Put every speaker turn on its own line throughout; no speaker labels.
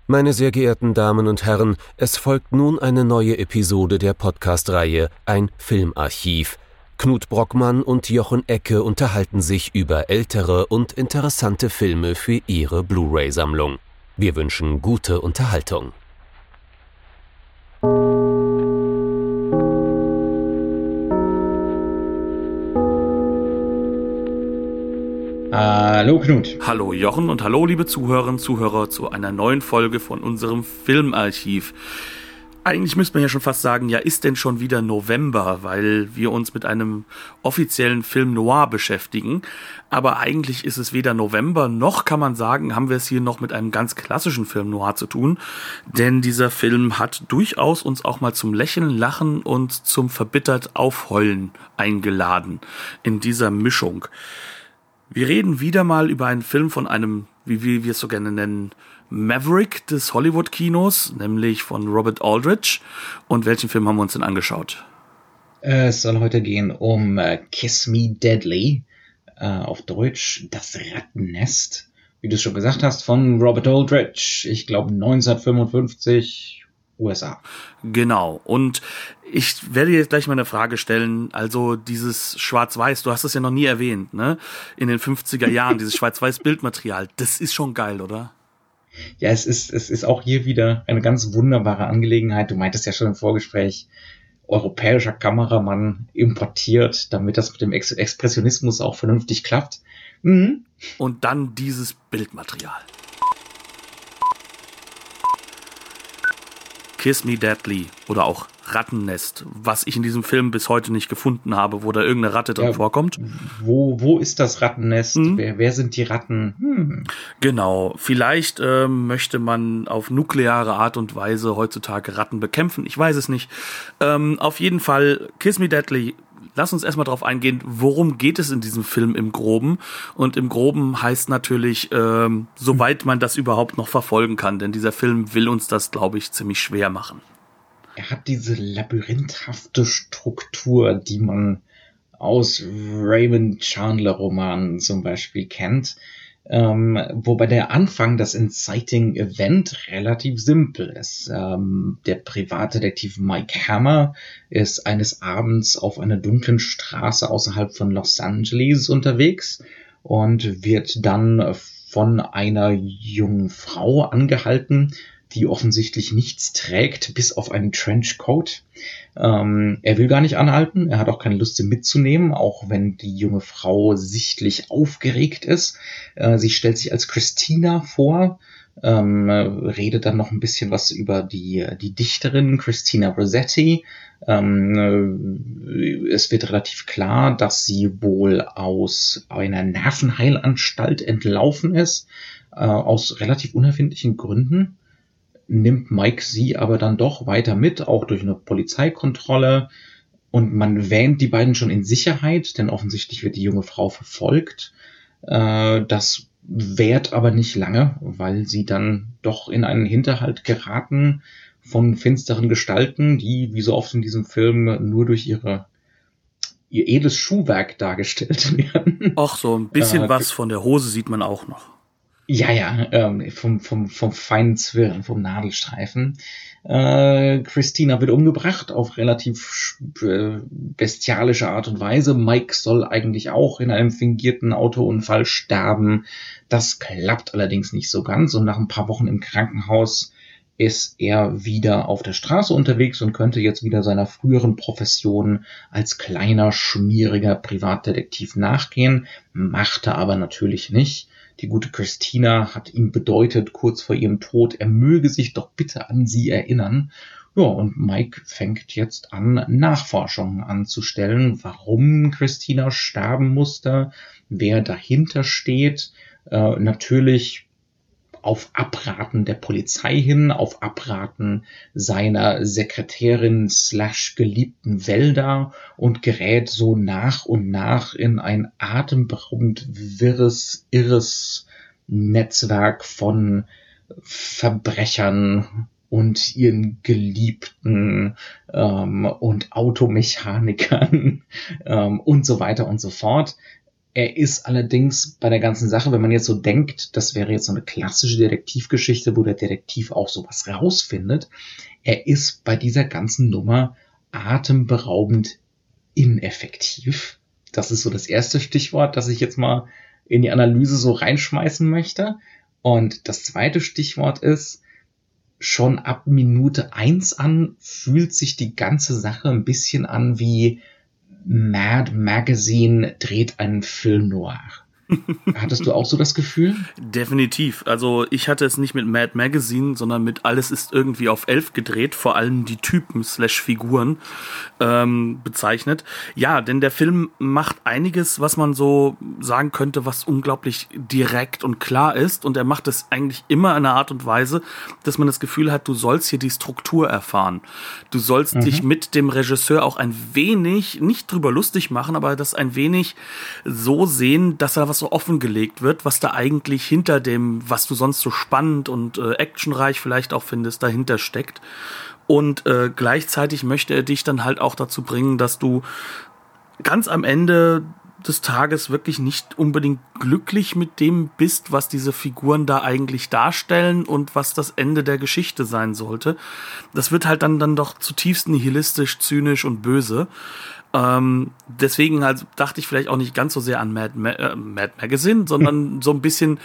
Meine sehr geehrten Damen und Herren, es folgt nun eine neue Episode der Podcast-Reihe Ein Filmarchiv. Knut Brockmann und Jochen Ecke unterhalten sich über ältere und interessante Filme für ihre Blu-ray-Sammlung. Wir wünschen gute Unterhaltung.
Hallo Knut.
Hallo Jochen und hallo liebe Zuhörerinnen und Zuhörer zu einer neuen Folge von unserem Filmarchiv. Eigentlich müsste man ja schon fast sagen, ja, ist denn schon wieder November, weil wir uns mit einem offiziellen Film Noir beschäftigen. Aber eigentlich ist es weder November, noch kann man sagen, haben wir es hier noch mit einem ganz klassischen Film Noir zu tun. Denn dieser Film hat durchaus uns auch mal zum Lächeln, Lachen und zum verbittert Aufheulen eingeladen in dieser Mischung. Wir reden wieder mal über einen Film von einem, wie wir es so gerne nennen, Maverick des Hollywood-Kinos, nämlich von Robert Aldrich. Und welchen Film haben wir uns denn angeschaut?
Es soll heute gehen um Kiss Me Deadly, auf Deutsch Das Rattennest, wie du es schon gesagt hast, von Robert Aldrich, ich glaube 1955, USA.
Genau, und ich werde jetzt gleich mal eine Frage stellen, also dieses Schwarz-Weiß, du hast es ja noch nie erwähnt, ne? In den 50er Jahren, dieses Schwarz-Weiß-Bildmaterial, das ist schon geil, oder?
Ja, es ist auch hier wieder eine ganz wunderbare Angelegenheit. Du meintest ja schon im Vorgespräch, europäischer Kameramann importiert, damit das mit dem Expressionismus auch vernünftig klappt. Mhm.
Und dann dieses Bildmaterial. Kiss Me Deadly oder auch Rattennest, was ich in diesem Film bis heute nicht gefunden habe, wo da irgendeine Ratte drin vorkommt.
Wo ist das Rattennest? Wer sind die Ratten?
Genau, vielleicht möchte man auf nukleare Art und Weise heutzutage Ratten bekämpfen, ich weiß es nicht. Auf jeden Fall, Kiss Me Deadly. Lass uns erstmal drauf eingehen, worum geht es in diesem Film im Groben? Und im Groben heißt natürlich, soweit man das überhaupt noch verfolgen kann, denn dieser Film will uns das, glaube ich, ziemlich schwer machen.
Er hat diese labyrinthhafte Struktur, die man aus Raymond Chandler Romanen zum Beispiel kennt, wobei der Anfang, das Inciting Event, relativ simpel ist. Der Privatdetektiv Mike Hammer ist eines Abends auf einer dunklen Straße außerhalb von Los Angeles unterwegs und wird dann von einer jungen Frau angehalten, die offensichtlich nichts trägt, bis auf einen Trenchcoat. Er will gar nicht anhalten, er hat auch keine Lust, sie mitzunehmen, auch wenn die junge Frau sichtlich aufgeregt ist. Sie stellt sich als Christina vor, redet dann noch ein bisschen was über die Dichterin Christina Rossetti. Es wird relativ klar, dass sie wohl aus einer Nervenheilanstalt entlaufen ist, aus relativ unerfindlichen Gründen. Nimmt Mike sie aber dann doch weiter mit, auch durch eine Polizeikontrolle. Und man wähnt die beiden schon in Sicherheit, denn offensichtlich wird die junge Frau verfolgt. Das währt aber nicht lange, weil sie dann doch in einen Hinterhalt geraten von finsteren Gestalten, die, wie so oft in diesem Film, nur durch ihr edles Schuhwerk dargestellt werden.
Ach, so ein bisschen was von der Hose sieht man auch noch.
Ja, vom feinen Zwirn, vom Nadelstreifen. Christina wird umgebracht auf relativ bestialische Art und Weise. Mike soll eigentlich auch in einem fingierten Autounfall sterben. Das klappt allerdings nicht so ganz und nach ein paar Wochen im Krankenhaus ist er wieder auf der Straße unterwegs und könnte jetzt wieder seiner früheren Profession als kleiner, schmieriger Privatdetektiv nachgehen, machte aber natürlich nicht. Die gute Christina hat ihm bedeutet, kurz vor ihrem Tod, er möge sich doch bitte an sie erinnern. Ja, und Mike fängt jetzt an, Nachforschungen anzustellen, warum Christina sterben musste, wer dahinter steht. Natürlich auf Abraten der Polizei hin, auf Abraten seiner Sekretärin / geliebten Wälder und gerät so nach und nach in ein atemberaubend wirres, irres Netzwerk von Verbrechern und ihren Geliebten und Automechanikern und so weiter und so fort. Er ist allerdings bei der ganzen Sache, wenn man jetzt so denkt, das wäre jetzt so eine klassische Detektivgeschichte, wo der Detektiv auch sowas rausfindet, er ist bei dieser ganzen Nummer atemberaubend ineffektiv. Das ist so das erste Stichwort, das ich jetzt mal in die Analyse so reinschmeißen möchte. Und das zweite Stichwort ist, schon ab Minute 1 an fühlt sich die ganze Sache ein bisschen an wie Mad Magazine dreht einen Film noir. Hattest du auch so das Gefühl?
Definitiv. Also ich hatte es nicht mit Mad Magazine, sondern mit Alles ist irgendwie auf 11 gedreht, vor allem die Typen / Figuren bezeichnet. Ja, denn der Film macht einiges, was man so sagen könnte, was unglaublich direkt und klar ist. Und er macht es eigentlich immer in einer Art und Weise, dass man das Gefühl hat, du sollst hier die Struktur erfahren. Du sollst dich mit dem Regisseur auch ein wenig, nicht drüber lustig machen, aber das ein wenig so sehen, dass er was so offengelegt wird, was da eigentlich hinter dem, was du sonst so spannend und actionreich vielleicht auch findest, dahinter steckt. Und gleichzeitig möchte er dich dann halt auch dazu bringen, dass du ganz am Ende des Tages wirklich nicht unbedingt glücklich mit dem bist, was diese Figuren da eigentlich darstellen und was das Ende der Geschichte sein sollte. Das wird halt dann doch zutiefst nihilistisch, zynisch und böse. Deswegen halt dachte ich vielleicht auch nicht ganz so sehr an Mad Magazine, sondern so ein bisschen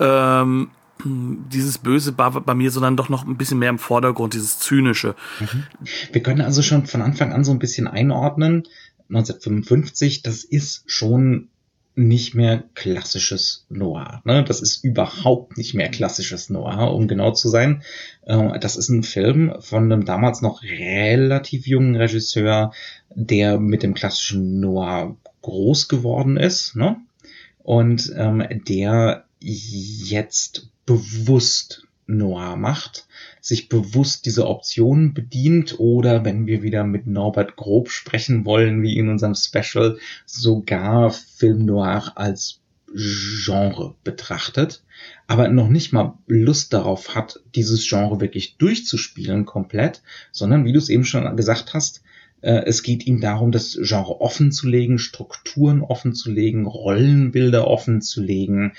dieses Böse war bei mir, sondern doch noch ein bisschen mehr im Vordergrund, dieses Zynische.
Wir können also schon von Anfang an so ein bisschen einordnen. 1955, das ist schon nicht mehr klassisches Noir. Ne? Das ist überhaupt nicht mehr klassisches Noir, um genau zu sein. Das ist ein Film von einem damals noch relativ jungen Regisseur, der mit dem klassischen Noir groß geworden ist, ne? Und der jetzt bewusst Noir macht, sich bewusst diese Optionen bedient oder, wenn wir wieder mit Norbert Grob sprechen wollen, wie in unserem Special, sogar Film Noir als Genre betrachtet, aber noch nicht mal Lust darauf hat, dieses Genre wirklich durchzuspielen komplett, sondern, wie du es eben schon gesagt hast, es geht ihm darum, das Genre offen zu legen, Strukturen offen zu legen, Rollenbilder offen zu legen,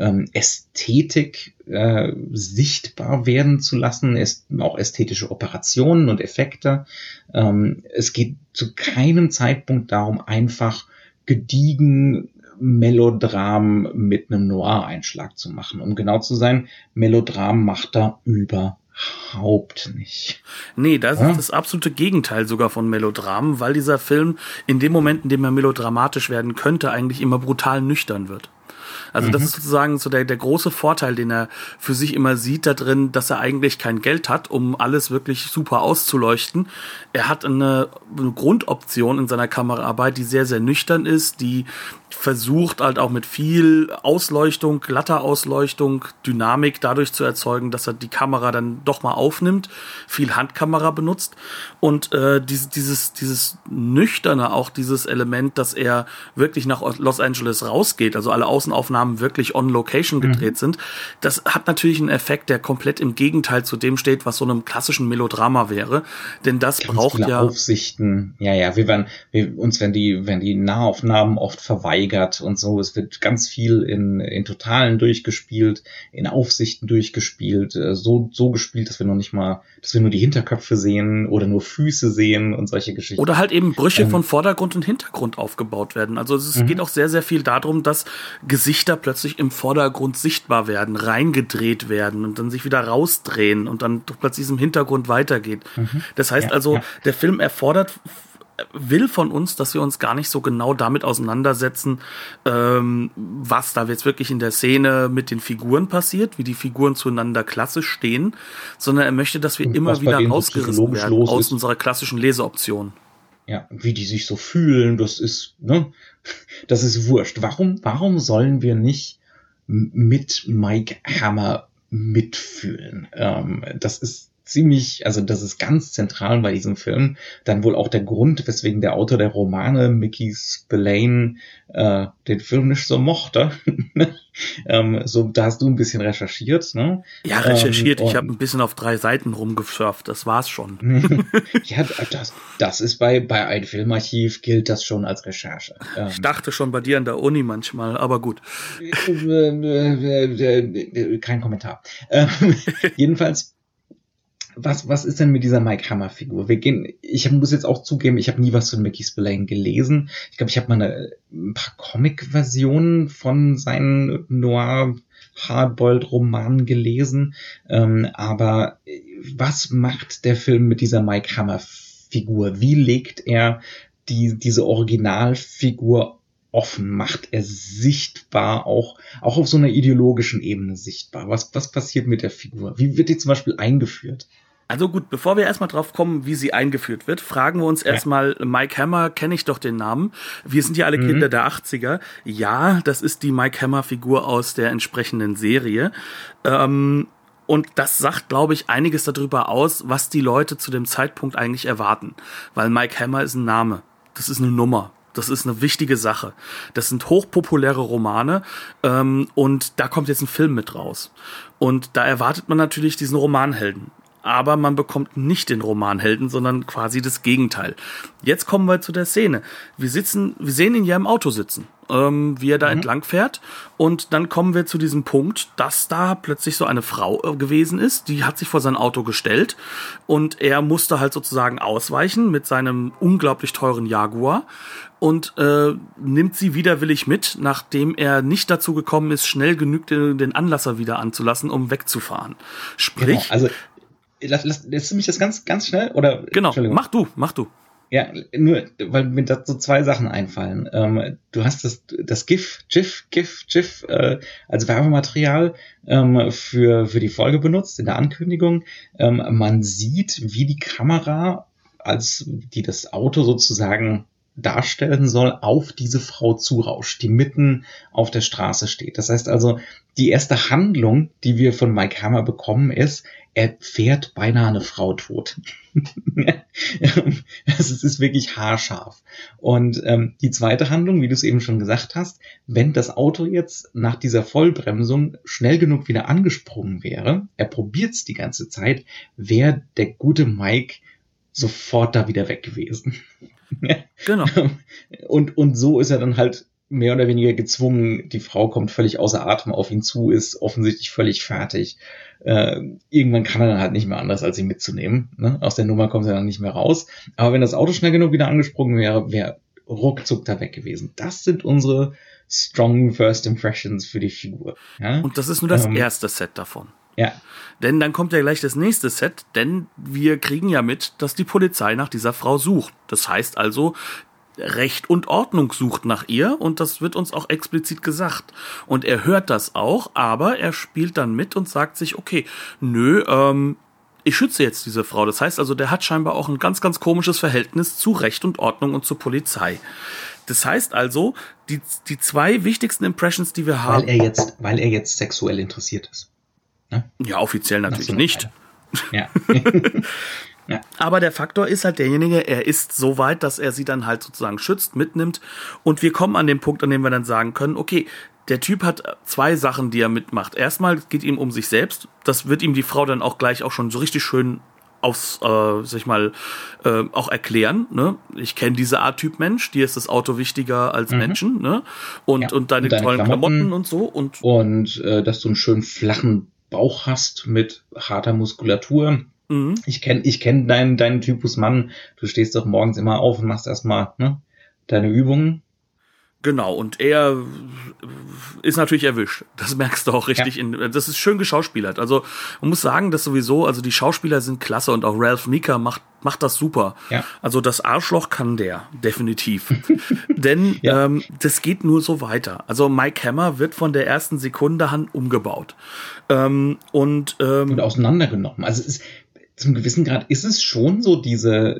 Ästhetik sichtbar werden zu lassen, auch ästhetische Operationen und Effekte. Es geht zu keinem Zeitpunkt darum, einfach gediegen Melodram mit einem Noir-Einschlag zu machen. Um genau zu sein, Melodram macht er überhaupt nicht.
Nee, das ist das absolute Gegenteil sogar von Melodram, weil dieser Film in dem Moment, in dem er melodramatisch werden könnte, eigentlich immer brutal nüchtern wird. Also das ist sozusagen so der große Vorteil, den er für sich immer sieht da drin, dass er eigentlich kein Geld hat, um alles wirklich super auszuleuchten. Er hat eine Grundoption in seiner Kameraarbeit, die sehr, sehr nüchtern ist, die versucht halt auch mit viel Ausleuchtung, glatter Ausleuchtung, Dynamik dadurch zu erzeugen, dass er die Kamera dann doch mal aufnimmt, viel Handkamera benutzt und dieses Nüchterne, auch dieses Element, dass er wirklich nach Los Angeles rausgeht, also alle Außenaufnahmen wirklich on Location gedreht sind, das hat natürlich einen Effekt, der komplett im Gegenteil zu dem steht, was so einem klassischen Melodrama wäre, denn das
ganz
braucht ja
Aufsichten. Ja, uns werden die Nahaufnahmen oft verweigert und so. Es wird ganz viel in Totalen durchgespielt, in Aufsichten durchgespielt, so gespielt, dass wir nur die Hinterköpfe sehen oder nur Füße sehen und solche Geschichten.
Oder halt eben Brüche von Vordergrund und Hintergrund aufgebaut werden. Also es geht auch sehr, sehr viel darum, dass Gesichter plötzlich im Vordergrund sichtbar werden, reingedreht werden und dann sich wieder rausdrehen und dann plötzlich im Hintergrund weitergeht. Das heißt der Film will von uns, dass wir uns gar nicht so genau damit auseinandersetzen, was da jetzt wirklich in der Szene mit den Figuren passiert, wie die Figuren zueinander klassisch stehen, sondern er möchte, dass wir immer wieder rausgerissen werden aus unserer klassischen Leseoption.
Ja, wie die sich so fühlen, das ist wurscht. Warum sollen wir nicht mit Mike Hammer mitfühlen? Das ist also das ist ganz zentral bei diesem Film. Dann wohl auch der Grund, weswegen der Autor der Romane, Mickey Spillane, den Film nicht so mochte. So, da hast du ein bisschen recherchiert, ne?
Ja, recherchiert. Ich habe ein bisschen auf 3 Seiten rumgesurft. Das war's schon.
Ja, das ist bei einem Filmarchiv gilt das schon als Recherche.
Ich dachte schon bei dir an der Uni manchmal, aber gut.
Kein Kommentar. Jedenfalls, was ist denn mit dieser Mike Hammer-Figur? Ich muss jetzt auch zugeben, ich habe nie was von Mickey Spillane gelesen. Ich glaube, ich habe mal ein paar Comic-Versionen von seinen Noir-Hardboiled-Romanen gelesen. Aber was macht der Film mit dieser Mike Hammer-Figur? Wie legt er diese Originalfigur offen? Macht er sichtbar, auch auf so einer ideologischen Ebene sichtbar? Was passiert mit der Figur? Wie wird die zum Beispiel eingeführt?
Also gut, bevor wir erstmal drauf kommen, wie sie eingeführt wird, fragen wir uns erstmal, Mike Hammer, kenne ich doch den Namen. Wir sind ja alle Kinder der 80er. Ja, das ist die Mike Hammer-Figur aus der entsprechenden Serie. Und das sagt, glaube ich, einiges darüber aus, was die Leute zu dem Zeitpunkt eigentlich erwarten. Weil Mike Hammer ist ein Name. Das ist eine Nummer. Das ist eine wichtige Sache. Das sind hochpopuläre Romane und da kommt jetzt ein Film mit raus. Und da erwartet man natürlich diesen Romanhelden. Aber man bekommt nicht den Romanhelden, sondern quasi das Gegenteil. Jetzt kommen wir zu der Szene. Wir sehen ihn ja im Auto sitzen, wie er da entlang fährt. Und dann kommen wir zu diesem Punkt, dass da plötzlich so eine Frau gewesen ist. Die hat sich vor sein Auto gestellt und er musste halt sozusagen ausweichen mit seinem unglaublich teuren Jaguar und nimmt sie widerwillig mit, nachdem er nicht dazu gekommen ist, schnell genug den Anlasser wieder anzulassen, um wegzufahren. Sprich...
Genau, also lässt du mich das ganz, ganz schnell? Oder?
Genau, mach du.
Ja, nur, weil mir da so 2 Sachen einfallen. Du hast das GIF als Werbematerial für die Folge benutzt, in der Ankündigung. Man sieht, wie die Kamera, die das Auto sozusagen darstellen soll, auf diese Frau zurauscht, die mitten auf der Straße steht. Das heißt also, die erste Handlung, die wir von Mike Hammer bekommen, ist, er fährt beinahe eine Frau tot. Es ist wirklich haarscharf. Und die zweite Handlung, wie du es eben schon gesagt hast, wenn das Auto jetzt nach dieser Vollbremsung schnell genug wieder angesprungen wäre, er probiert es die ganze Zeit, wäre der gute Mike sofort da wieder weg gewesen.
Genau.
Und so ist er dann halt mehr oder weniger gezwungen. Die Frau kommt völlig außer Atem auf ihn zu, ist offensichtlich völlig fertig. Irgendwann kann er dann halt nicht mehr anders, als sie mitzunehmen. Ne? Aus der Nummer kommt er dann nicht mehr raus. Aber wenn das Auto schnell genug wieder angesprungen wäre, wäre ruckzuck da weg gewesen. Das sind unsere strong First Impressions für die Figur. Ja?
Und das ist nur das erste Set davon.
Ja.
Denn dann kommt ja gleich das nächste Set, denn wir kriegen ja mit, dass die Polizei nach dieser Frau sucht. Das heißt also, Recht und Ordnung sucht nach ihr und das wird uns auch explizit gesagt. Und er hört das auch, aber er spielt dann mit und sagt sich, okay, ich schütze jetzt diese Frau. Das heißt also, der hat scheinbar auch ein ganz, ganz komisches Verhältnis zu Recht und Ordnung und zur Polizei. Das heißt also, die 2 wichtigsten Impressions, die wir haben...
Weil er jetzt sexuell interessiert ist.
Ja, offiziell natürlich nicht.
Ja.
Ja. Aber der Faktor ist halt derjenige, er ist so weit, dass er sie dann halt sozusagen schützt, mitnimmt. Und wir kommen an den Punkt, an dem wir dann sagen können, okay, der Typ hat 2 Sachen, die er mitmacht. Erstmal geht ihm um sich selbst. Das wird ihm die Frau dann auch gleich auch schon so richtig schön auch erklären, ne? Ich kenne diese Art Typ Mensch, dir ist das Auto wichtiger als Menschen, ne? Und deine tollen Klamotten und so. Und
dass du einen schönen flachen Bauch hast mit harter Muskulatur. Ich kenn deinen Typus Mann. Du stehst doch morgens immer auf und machst erstmal deine Übungen.
Genau, und er ist natürlich erwischt. Das merkst du auch richtig.
Ja.
Das ist schön geschauspielert. Also man muss sagen, dass sowieso, also die Schauspieler sind klasse und auch Ralph Meeker macht das super.
Ja.
Also das Arschloch kann der, definitiv. Denn das geht nur so weiter. Also Mike Hammer wird von der ersten Sekunde an umgebaut. Und
auseinandergenommen. Also zum gewissen Grad ist es schon so diese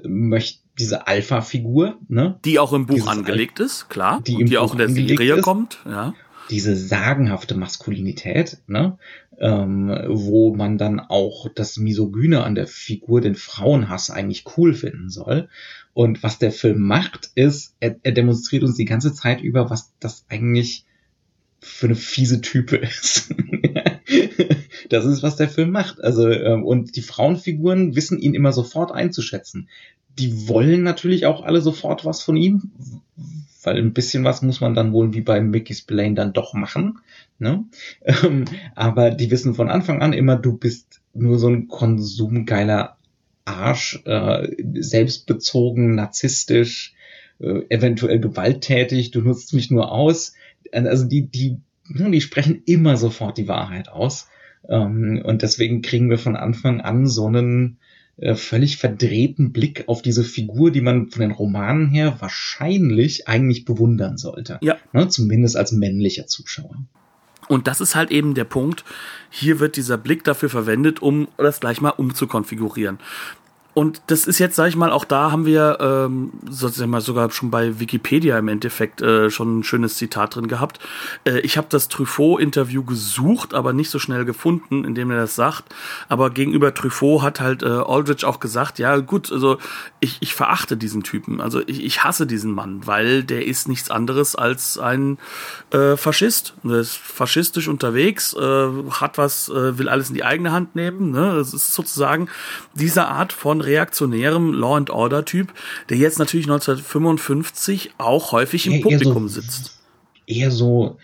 Alpha-Figur, ne?
Die auch im Buch angelegt ist, klar. Die auch in der Serie kommt, ja.
diese sagenhafte Maskulinität, ne? Wo man dann auch das Misogyne an der Figur, den Frauenhass eigentlich cool finden soll. Und was der Film macht, ist, er demonstriert uns die ganze Zeit über, was das eigentlich für eine fiese Type ist. Das ist, was der Film macht. Also, und die Frauenfiguren wissen ihn immer sofort einzuschätzen. Die wollen natürlich auch alle sofort was von ihm, weil ein bisschen was muss man dann wohl wie bei Mickey Spillane dann doch machen. Ne? Aber die wissen von Anfang an immer, du bist nur so ein konsumgeiler Arsch, selbstbezogen, narzisstisch, eventuell gewalttätig, du nutzt mich nur aus. Also die sprechen immer sofort die Wahrheit aus. Und deswegen kriegen wir von Anfang an so einen völlig verdrehten Blick auf diese Figur, die man von den Romanen her wahrscheinlich eigentlich bewundern sollte.
Ja.
Ne, zumindest als männlicher Zuschauer.
Und das ist halt eben der Punkt. Hier wird dieser Blick dafür verwendet, um das gleich mal umzukonfigurieren. Und das ist jetzt, sag ich mal, auch da haben wir sogar schon bei Wikipedia im Endeffekt schon ein schönes Zitat drin gehabt. Ich habe das Truffaut-Interview gesucht, aber nicht so schnell gefunden, in dem er das sagt. Aber gegenüber Truffaut hat halt Aldrich auch gesagt, ja gut, also ich verachte diesen Typen. Also ich hasse diesen Mann, weil der ist nichts anderes als ein Faschist. Der ist faschistisch unterwegs, will alles in die eigene Hand nehmen. Ne? Das ist sozusagen diese Art von reaktionärem Law-and-Order-Typ, der jetzt natürlich 1955 auch häufig im Publikum sitzt.
Eher so,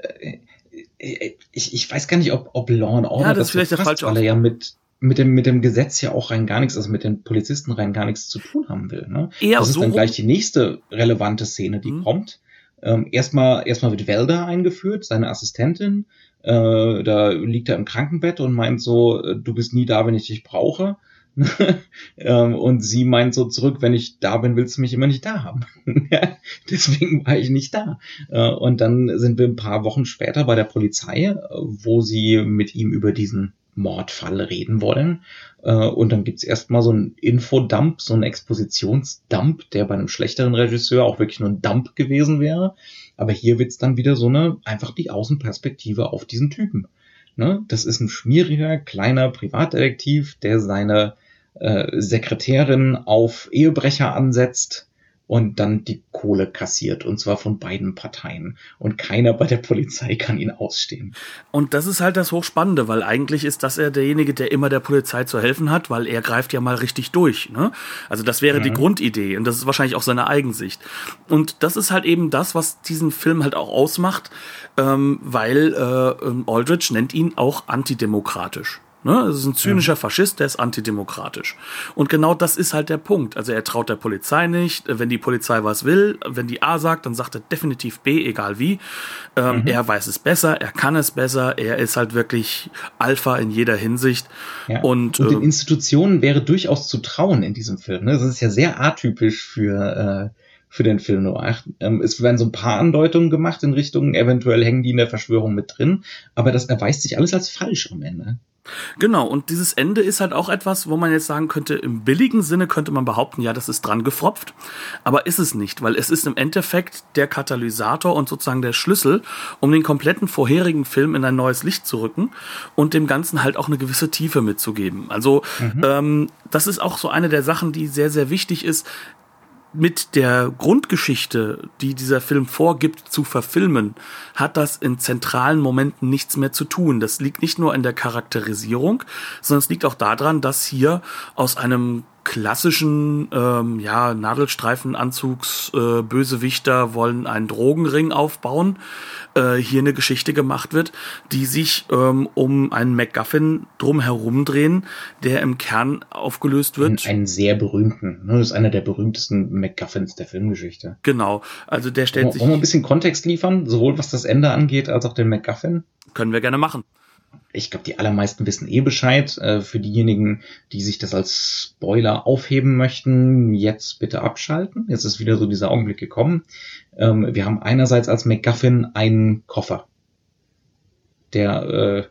ich weiß gar nicht, ob Law and Order
das vielleicht
passt, weil er ja mit dem Gesetz ja auch rein gar nichts, also mit den Polizisten rein gar nichts zu tun haben will. Ne? Das ist dann gleich die nächste relevante Szene, die kommt. Erstmal wird Velda eingeführt, seine Assistentin. Da liegt er im Krankenbett und meint so, du bist nie da, wenn ich dich brauche. Und sie meint so zurück, wenn ich da bin, willst du mich immer nicht da haben. Deswegen war ich nicht da. Und dann sind wir ein paar Wochen später bei der Polizei, wo sie mit ihm über diesen Mordfall reden wollen. Und dann gibt's erstmal so einen Infodump, so einen Expositionsdump, der bei einem schlechteren Regisseur auch wirklich nur ein Dump gewesen wäre. Aber hier wird's dann wieder so einfach die Außenperspektive auf diesen Typen. Ne? Das ist ein schmieriger, kleiner Privatdetektiv, der seine Sekretärin auf Ehebrecher ansetzt und dann die Kohle kassiert, und zwar von beiden Parteien. Und keiner bei der Polizei kann ihn ausstehen.
Und das ist halt das Hochspannende, weil eigentlich ist das er derjenige, der immer der Polizei zu helfen hat, weil er greift ja mal richtig durch. Ne? Also das wäre die Grundidee, und das ist wahrscheinlich auch seine Eigensicht. Und das ist halt eben das, was diesen Film halt auch ausmacht, weil Aldrich nennt ihn auch antidemokratisch. Ne? Das ist ein zynischer Faschist, der ist antidemokratisch. Und genau das ist halt der Punkt. Also er traut der Polizei nicht. Wenn die Polizei was will, wenn die A sagt, dann sagt er definitiv B, egal wie. Er weiß es besser, er kann es besser. Er ist halt wirklich Alpha in jeder Hinsicht.
Ja. Und den Institutionen wäre durchaus zu trauen in diesem Film. Ne? Das ist ja sehr atypisch für den Film noir. Es werden so ein paar Andeutungen gemacht in Richtung, eventuell hängen die in der Verschwörung mit drin. Aber das erweist sich alles als falsch am Ende.
Genau, und dieses Ende ist halt auch etwas, wo man jetzt sagen könnte, im billigen Sinne könnte man behaupten, ja, das ist dran gefropft, aber ist es nicht, weil es ist im Endeffekt der Katalysator und sozusagen der Schlüssel, um den kompletten vorherigen Film in ein neues Licht zu rücken und dem Ganzen halt auch eine gewisse Tiefe mitzugeben. Also das ist auch so eine der Sachen, die sehr, sehr wichtig ist, mit der Grundgeschichte, die dieser Film vorgibt, zu verfilmen, hat das in zentralen Momenten nichts mehr zu tun. Das liegt nicht nur in der Charakterisierung, sondern es liegt auch daran, dass hier aus einem klassischen Nadelstreifenanzugs Bösewichter wollen einen Drogenring aufbauen, hier eine Geschichte gemacht wird, die sich um einen MacGuffin drum herum drehen, der im Kern aufgelöst wird.
Einen sehr berühmten, ne? Das ist einer der berühmtesten MacGuffins der Filmgeschichte.
Genau, also der stellt sich...
Wollen wir ein bisschen Kontext liefern, sowohl was das Ende angeht, als auch den MacGuffin?
Können wir gerne machen.
Ich glaube, die allermeisten wissen Bescheid. Für diejenigen, die sich das als Spoiler aufheben möchten, jetzt bitte abschalten. Jetzt ist wieder so dieser Augenblick gekommen. Wir haben einerseits als MacGuffin einen Koffer, der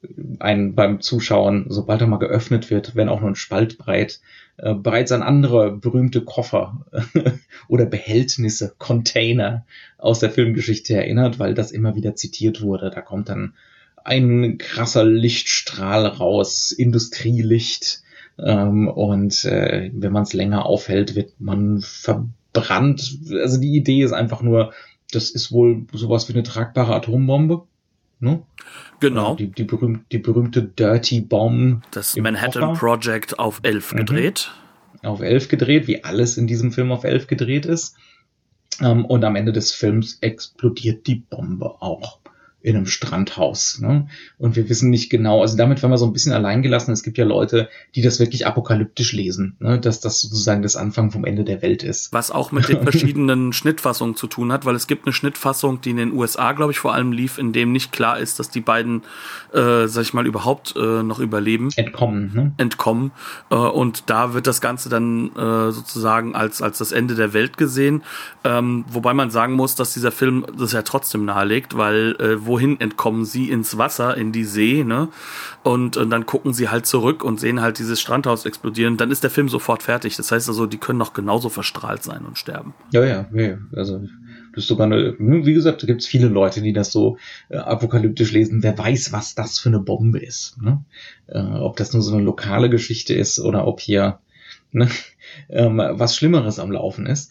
einen beim Zuschauen, sobald er mal geöffnet wird, wenn auch nur ein Spalt breit, bereits an andere berühmte Koffer oder Behältnisse, Container aus der Filmgeschichte erinnert, weil das immer wieder zitiert wurde. Da kommt dann ein krasser Lichtstrahl raus, Industrielicht, und wenn man es länger aufhält, wird man verbrannt. Also die Idee ist einfach nur, das ist wohl sowas wie eine tragbare Atombombe. Ne?
Genau.
Die berühmte Dirty Bomb.
Das Manhattan Project auf 11 gedreht.
Auf 11 gedreht, wie alles in diesem Film auf 11 gedreht ist. Und am Ende des Films explodiert die Bombe auch in einem Strandhaus. Ne? Und wir wissen nicht genau, also damit werden wir so ein bisschen allein gelassen. Es gibt ja Leute, die das wirklich apokalyptisch lesen, ne? Dass das sozusagen das Anfang vom Ende der Welt ist.
Was auch mit den verschiedenen Schnittfassungen zu tun hat, weil es gibt eine Schnittfassung, die in den USA, glaube ich, vor allem lief, in dem nicht klar ist, dass die beiden, sag ich mal, überhaupt noch überleben. Entkommen. Und da wird das Ganze dann sozusagen als das Ende der Welt gesehen. Wobei man sagen muss, dass dieser Film das ja trotzdem nahelegt, weil wohin entkommen sie? Ins Wasser, in die See, ne? Und dann gucken sie halt zurück und sehen halt dieses Strandhaus explodieren. Dann ist der Film sofort fertig. Das heißt also, die können noch genauso verstrahlt sein und sterben.
Ja. Also, das ist sogar wie gesagt, da gibt es viele Leute, die das so apokalyptisch lesen. Wer weiß, was das für eine Bombe ist, ne? Ob das nur so eine lokale Geschichte ist oder ob hier was Schlimmeres am Laufen ist.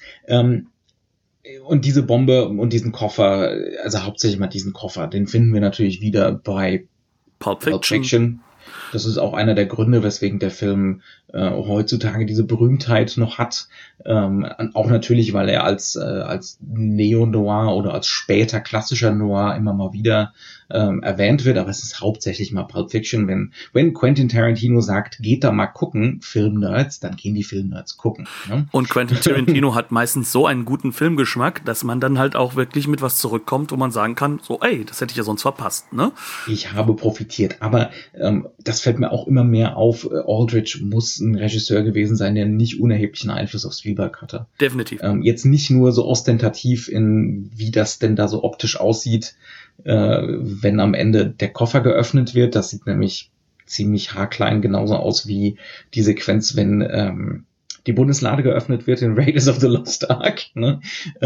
Und diese Bombe und diesen Koffer, also hauptsächlich mal diesen Koffer, den finden wir natürlich wieder bei Pulp Fiction. Das ist auch einer der Gründe, weswegen der Film heutzutage diese Berühmtheit noch hat. Auch natürlich, weil er als Neo-Noir oder als später klassischer Noir immer mal wieder erwähnt wird. Aber es ist hauptsächlich mal Pulp Fiction. Wenn Quentin Tarantino sagt, geht da mal gucken, Filmnerds, dann gehen die Filmnerds gucken. Ne?
Und Quentin Tarantino hat meistens so einen guten Filmgeschmack, dass man dann halt auch wirklich mit was zurückkommt, wo man sagen kann, so, ey, das hätte ich ja sonst verpasst. Ne?
Ich habe profitiert. Aber das fällt mir auch immer mehr auf. Aldrich muss ein Regisseur gewesen sein, der nicht unerheblichen Einfluss auf Spielberg hatte.
Definitiv.
Jetzt nicht nur so ostentativ wie das denn da so optisch aussieht, wenn am Ende der Koffer geöffnet wird. Das sieht nämlich ziemlich haarklein genauso aus wie die Sequenz, wenn die Bundeslade geöffnet wird in Raiders of the Lost Ark. Ne?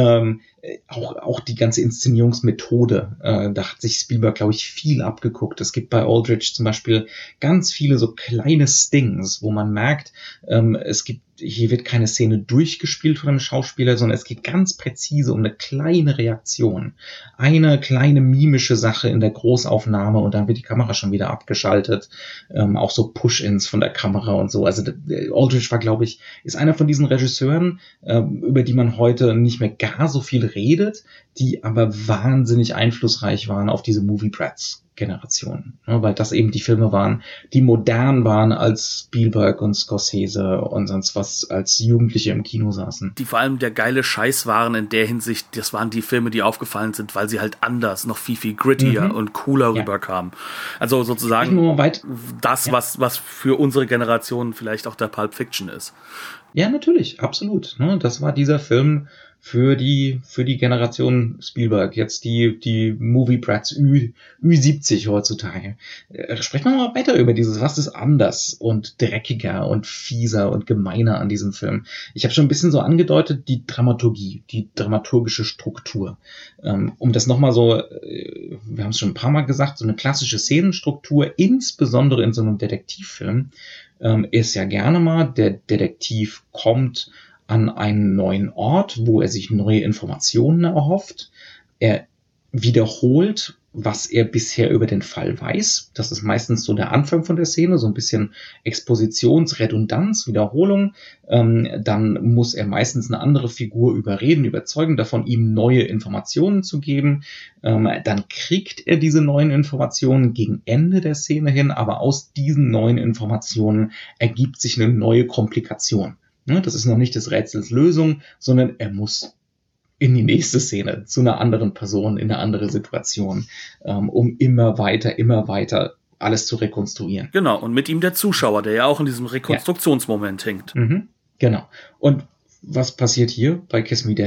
Auch die ganze Inszenierungsmethode, da hat sich Spielberg, glaube ich, viel abgeguckt. Es gibt bei Aldrich zum Beispiel ganz viele so kleine Stings, wo man merkt, hier wird keine Szene durchgespielt von einem Schauspieler, sondern es geht ganz präzise um eine kleine Reaktion. Eine kleine mimische Sache in der Großaufnahme und dann wird die Kamera schon wieder abgeschaltet. Auch so Push-Ins von der Kamera und so. Also Aldrich war, glaube ich, ist einer von diesen Regisseuren, über die man heute nicht mehr gar so viel redet, die aber wahnsinnig einflussreich waren auf diese Movie Brats Generation, ne, weil das eben die Filme waren, die modern waren, als Spielberg und Scorsese und sonst was als Jugendliche im Kino saßen.
Die vor allem der geile Scheiß waren in der Hinsicht, das waren die Filme, die aufgefallen sind, weil sie halt anders, noch viel grittier und cooler rüberkamen. Also sozusagen was für unsere Generation vielleicht auch der Pulp Fiction ist.
Ja, natürlich, absolut. Ne, das war dieser Film für die Generation Spielberg, jetzt die Movie Brats Ü70 heutzutage. Sprechen wir mal weiter über was ist anders und dreckiger und fieser und gemeiner an diesem Film. Ich habe schon ein bisschen so angedeutet, die Dramaturgie, die dramaturgische Struktur. Um das nochmal so, wir haben es schon ein paar Mal gesagt, so eine klassische Szenenstruktur, insbesondere in so einem Detektivfilm, ist ja gerne mal, der Detektiv kommt an einen neuen Ort, wo er sich neue Informationen erhofft. Er wiederholt, was er bisher über den Fall weiß. Das ist meistens so der Anfang von der Szene, so ein bisschen Expositionsredundanz, Wiederholung. Dann muss er meistens eine andere Figur überzeugen davon, ihm neue Informationen zu geben. Dann kriegt er diese neuen Informationen gegen Ende der Szene hin, aber aus diesen neuen Informationen ergibt sich eine neue Komplikation. Das ist noch nicht des Rätsels Lösung, sondern er muss in die nächste Szene zu einer anderen Person, in eine andere Situation, um immer weiter alles zu rekonstruieren.
Genau, und mit ihm der Zuschauer, der ja auch in diesem Rekonstruktionsmoment hängt.
Genau. Und was passiert hier bei Kiss Me Deadly?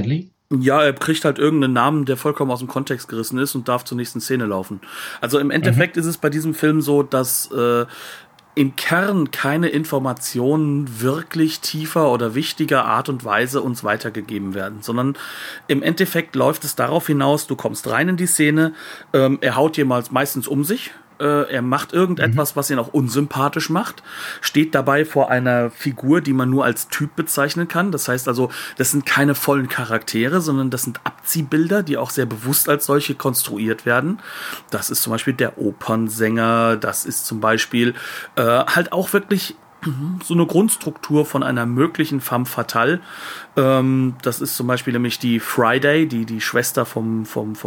Ja, er kriegt halt irgendeinen Namen, der vollkommen aus dem Kontext gerissen ist und darf zur nächsten Szene laufen. Also im Endeffekt ist es bei diesem Film so, dass im Kern keine Informationen wirklich tiefer oder wichtiger Art und Weise uns weitergegeben werden, sondern im Endeffekt läuft es darauf hinaus, du kommst rein in die Szene, er haut jemals meistens um sich, er macht irgendetwas, was ihn auch unsympathisch macht, steht dabei vor einer Figur, die man nur als Typ bezeichnen kann. Das heißt also, das sind keine vollen Charaktere, sondern das sind Abziehbilder, die auch sehr bewusst als solche konstruiert werden. Das ist zum Beispiel der Opernsänger, das ist zum Beispiel halt auch wirklich so eine Grundstruktur von einer möglichen femme fatale. Das ist zum Beispiel nämlich die Friday, die Schwester vom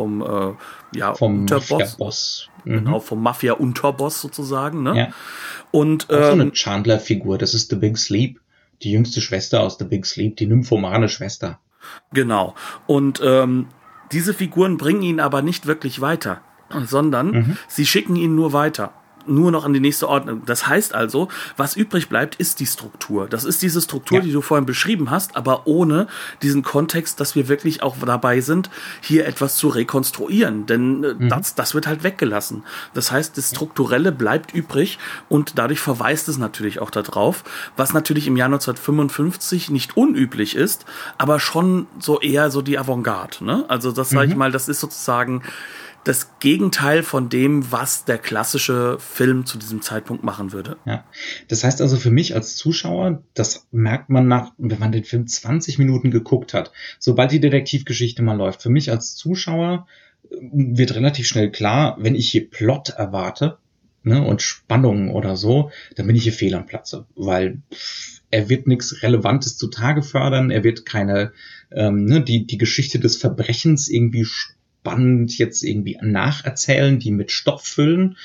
Unterboss.
Mafia-Boss.
Genau, vom Mafia-Unterboss sozusagen. Ne?
Ja.
Und
so eine Chandler-Figur, das ist The Big Sleep, die jüngste Schwester aus The Big Sleep, die nymphomane Schwester.
Genau. Und diese Figuren bringen ihn aber nicht wirklich weiter, sondern sie schicken ihn nur weiter. Nur noch an die nächste Ordnung. Das heißt also, was übrig bleibt, ist die Struktur. Das ist diese Struktur, die du vorhin beschrieben hast, aber ohne diesen Kontext, dass wir wirklich auch dabei sind, hier etwas zu rekonstruieren. Denn das wird halt weggelassen. Das heißt, das Strukturelle bleibt übrig und dadurch verweist es natürlich auch darauf, was natürlich im Jahr 1955 nicht unüblich ist, aber schon so eher so die Avantgarde. Ne? Also das sage ich mal, das ist sozusagen das Gegenteil von dem, was der klassische Film zu diesem Zeitpunkt machen würde.
Ja, das heißt also für mich als Zuschauer, das merkt man wenn man den Film 20 Minuten geguckt hat, sobald die Detektivgeschichte mal läuft. Für mich als Zuschauer wird relativ schnell klar, wenn ich hier Plot erwarte, ne, und Spannung oder so, dann bin ich hier fehl am Platze, weil er wird nichts Relevantes zutage fördern, er wird keine, die Geschichte des Verbrechens irgendwie spannend jetzt irgendwie nacherzählen, die mit Stoff füllen.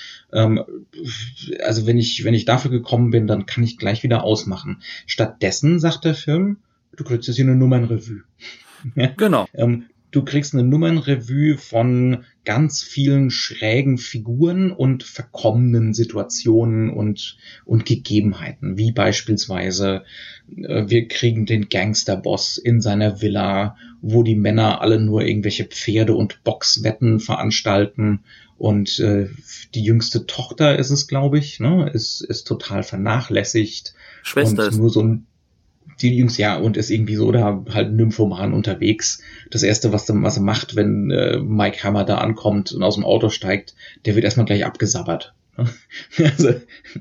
Also wenn ich dafür gekommen bin, dann kann ich gleich wieder ausmachen. Stattdessen sagt der Film, du kriegst jetzt hier eine Nummernrevue.
Genau.
Du kriegst eine Nummernrevue von ganz vielen schrägen Figuren und verkommenen Situationen und Gegebenheiten, wie beispielsweise wir kriegen den Gangsterboss in seiner Villa, wo die Männer alle nur irgendwelche Pferde- und Boxwetten veranstalten und die jüngste Tochter ist es, glaube ich, ne, ist total vernachlässigt.
Schwester
und
ist
nur so ein die Jungs, ja, und ist irgendwie so da halt nymphoman unterwegs. Das Erste, was er macht, wenn Mike Hammer da ankommt und aus dem Auto steigt, der wird erstmal gleich abgesabbert. Also,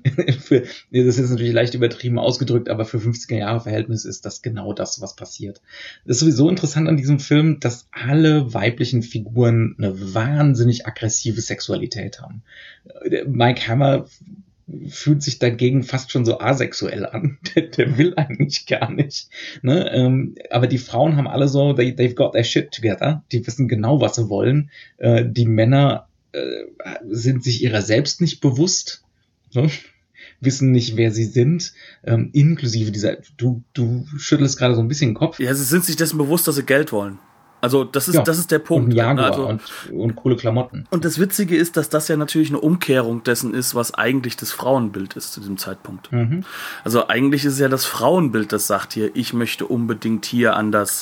das ist natürlich leicht übertrieben ausgedrückt, aber für 50er-Jahre-Verhältnis ist das genau das, was passiert. Das ist sowieso interessant an diesem Film, dass alle weiblichen Figuren eine wahnsinnig aggressive Sexualität haben. Mike Hammer fühlt sich dagegen fast schon so asexuell an. Der will eigentlich gar nicht. Ne? Aber die Frauen haben alle so, they've got their shit together. Die wissen genau, was sie wollen. Die Männer sind sich ihrer selbst nicht bewusst. Ne? Wissen nicht, wer sie sind. Inklusive dieser, du schüttelst gerade so ein bisschen den Kopf.
Ja, sie sind sich dessen bewusst, dass sie Geld wollen. Also das ist der Punkt.
Und Jaguar
also,
und coole Klamotten.
Und das Witzige ist, dass das ja natürlich eine Umkehrung dessen ist, was eigentlich das Frauenbild ist zu diesem Zeitpunkt. Also eigentlich ist es ja das Frauenbild, das sagt hier, ich möchte unbedingt hier an das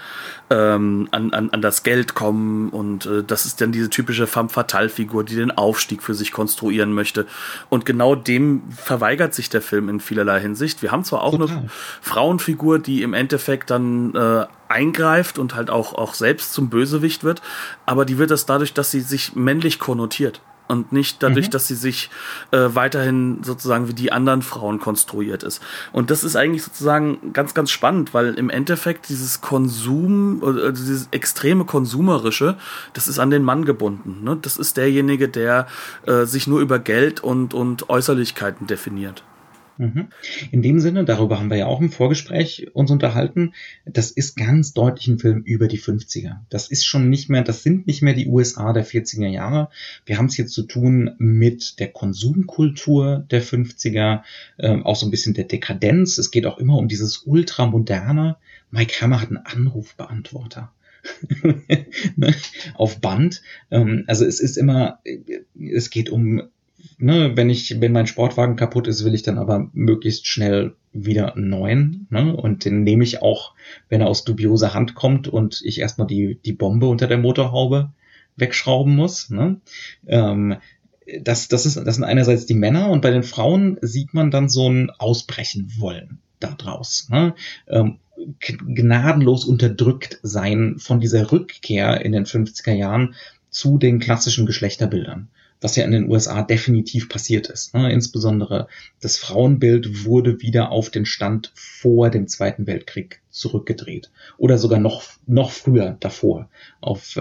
Geld kommen und das ist dann diese typische femme fatale Figur, die den Aufstieg für sich konstruieren möchte. Und genau dem verweigert sich der Film in vielerlei Hinsicht. Wir haben zwar auch eine Frauenfigur, die im Endeffekt dann eingreift und halt auch selbst zum Bösewicht wird, aber die wird das dadurch, dass sie sich männlich konnotiert und nicht dadurch, dass sie sich weiterhin sozusagen wie die anderen Frauen konstruiert ist. Und das ist eigentlich sozusagen ganz, ganz spannend, weil im Endeffekt dieses dieses extreme Konsumerische, das ist an den Mann gebunden. Ne? Das ist derjenige, der sich nur über Geld und Äußerlichkeiten definiert.
In dem Sinne, darüber haben wir ja auch im Vorgespräch uns unterhalten, das ist ganz deutlich ein Film über die 50er. Das sind nicht mehr die USA der 40er Jahre. Wir haben es jetzt zu tun mit der Konsumkultur der 50er, auch so ein bisschen der Dekadenz. Es geht auch immer um dieses Ultramoderne. Mike Hammer hat einen Anrufbeantworter. Ne? Auf Band. Also es geht um wenn mein Sportwagen kaputt ist, will ich dann aber möglichst schnell wieder einen neuen, ne? Und den nehme ich auch, wenn er aus dubioser Hand kommt und ich erstmal die Bombe unter der Motorhaube wegschrauben muss, ne? Das sind einerseits die Männer, und bei den Frauen sieht man dann so ein Ausbrechen wollen da draus, ne? Gnadenlos unterdrückt sein von dieser Rückkehr in den 50er Jahren zu den klassischen Geschlechterbildern, was ja in den USA definitiv passiert ist, ne? Insbesondere das Frauenbild wurde wieder auf den Stand vor dem Zweiten Weltkrieg zurückgedreht oder sogar noch früher davor auf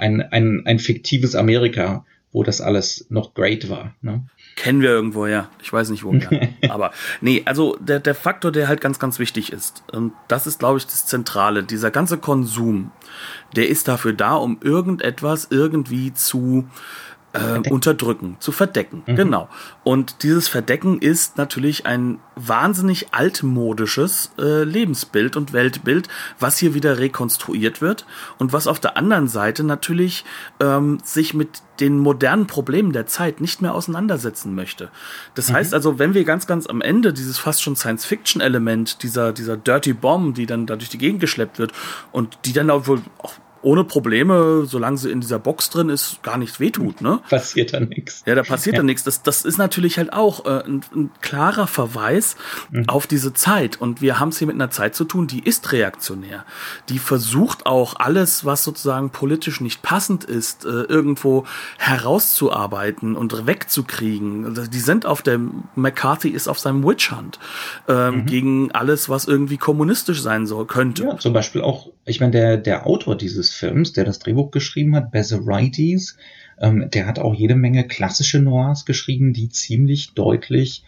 ein fiktives Amerika, wo das alles noch great war, ne?
Kennen wir irgendwo, ja. Ich weiß nicht, woher. Aber nee, also der Faktor, der halt ganz, ganz wichtig ist, und das ist, glaube ich, das Zentrale, dieser ganze Konsum, der ist dafür da, um irgendetwas irgendwie zu unterdrücken, zu verdecken. Genau. Und dieses Verdecken ist natürlich ein wahnsinnig altmodisches Lebensbild und Weltbild, was hier wieder rekonstruiert wird und was auf der anderen Seite natürlich sich mit den modernen Problemen der Zeit nicht mehr auseinandersetzen möchte. Das heißt also, wenn wir ganz, ganz am Ende dieses fast schon Science-Fiction-Element, dieser Dirty Bomb, die dann da durch die Gegend geschleppt wird und die dann auch wohl auch ohne Probleme, solange sie in dieser Box drin ist, gar nichts wehtut, ne?
Passiert dann nichts.
Ja, da passiert dann nichts. Das ist natürlich halt auch ein klarer Verweis auf diese Zeit. Und wir haben es hier mit einer Zeit zu tun, die ist reaktionär. Die versucht auch alles, was sozusagen politisch nicht passend ist, irgendwo herauszuarbeiten und wegzukriegen. Also die sind McCarthy ist auf seinem Witch Hunt gegen alles, was irgendwie kommunistisch sein könnte.
Ja, zum Beispiel auch, ich meine, der Autor dieses Films, der das Drehbuch geschrieben hat, Bezzerides, der hat auch jede Menge klassische Noirs geschrieben, die ziemlich deutlich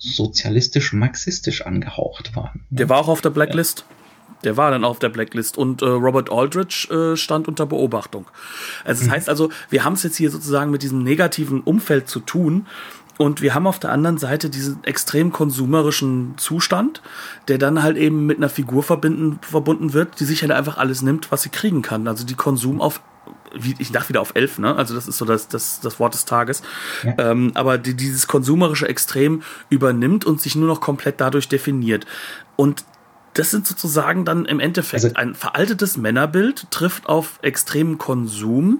sozialistisch-marxistisch angehaucht waren.
Der war auch auf der Blacklist. Der war dann auf der Blacklist und Robert Aldrich stand unter Beobachtung. Also das heißt also, wir haben es jetzt hier sozusagen mit diesem negativen Umfeld zu tun. Und wir haben auf der anderen Seite diesen extrem konsumerischen Zustand, der dann halt eben mit einer Figur verbunden wird, die sich halt einfach alles nimmt, was sie kriegen kann. Also die Konsum ich dachte wieder auf 11, ne? Also das ist so das Wort des Tages. Ja. Aber dieses konsumerische Extrem übernimmt und sich nur noch komplett dadurch definiert. Und das sind sozusagen dann im Endeffekt ein veraltetes Männerbild, trifft auf extremen Konsum.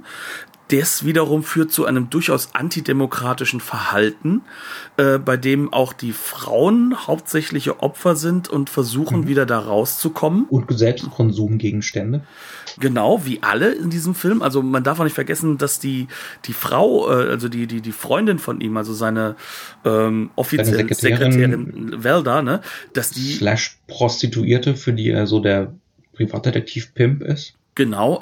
Das wiederum führt zu einem durchaus antidemokratischen Verhalten, bei dem auch die Frauen hauptsächliche Opfer sind und versuchen, wieder da rauszukommen.
Und selbst Konsumgegenstände.
Genau, wie alle in diesem Film. Also man darf auch nicht vergessen, dass die Frau, also die Freundin von ihm, also seine offizielle Sekretärin Velda, ne, dass die
/ Prostituierte, für die er so der Privatdetektiv-Pimp ist.
Genau,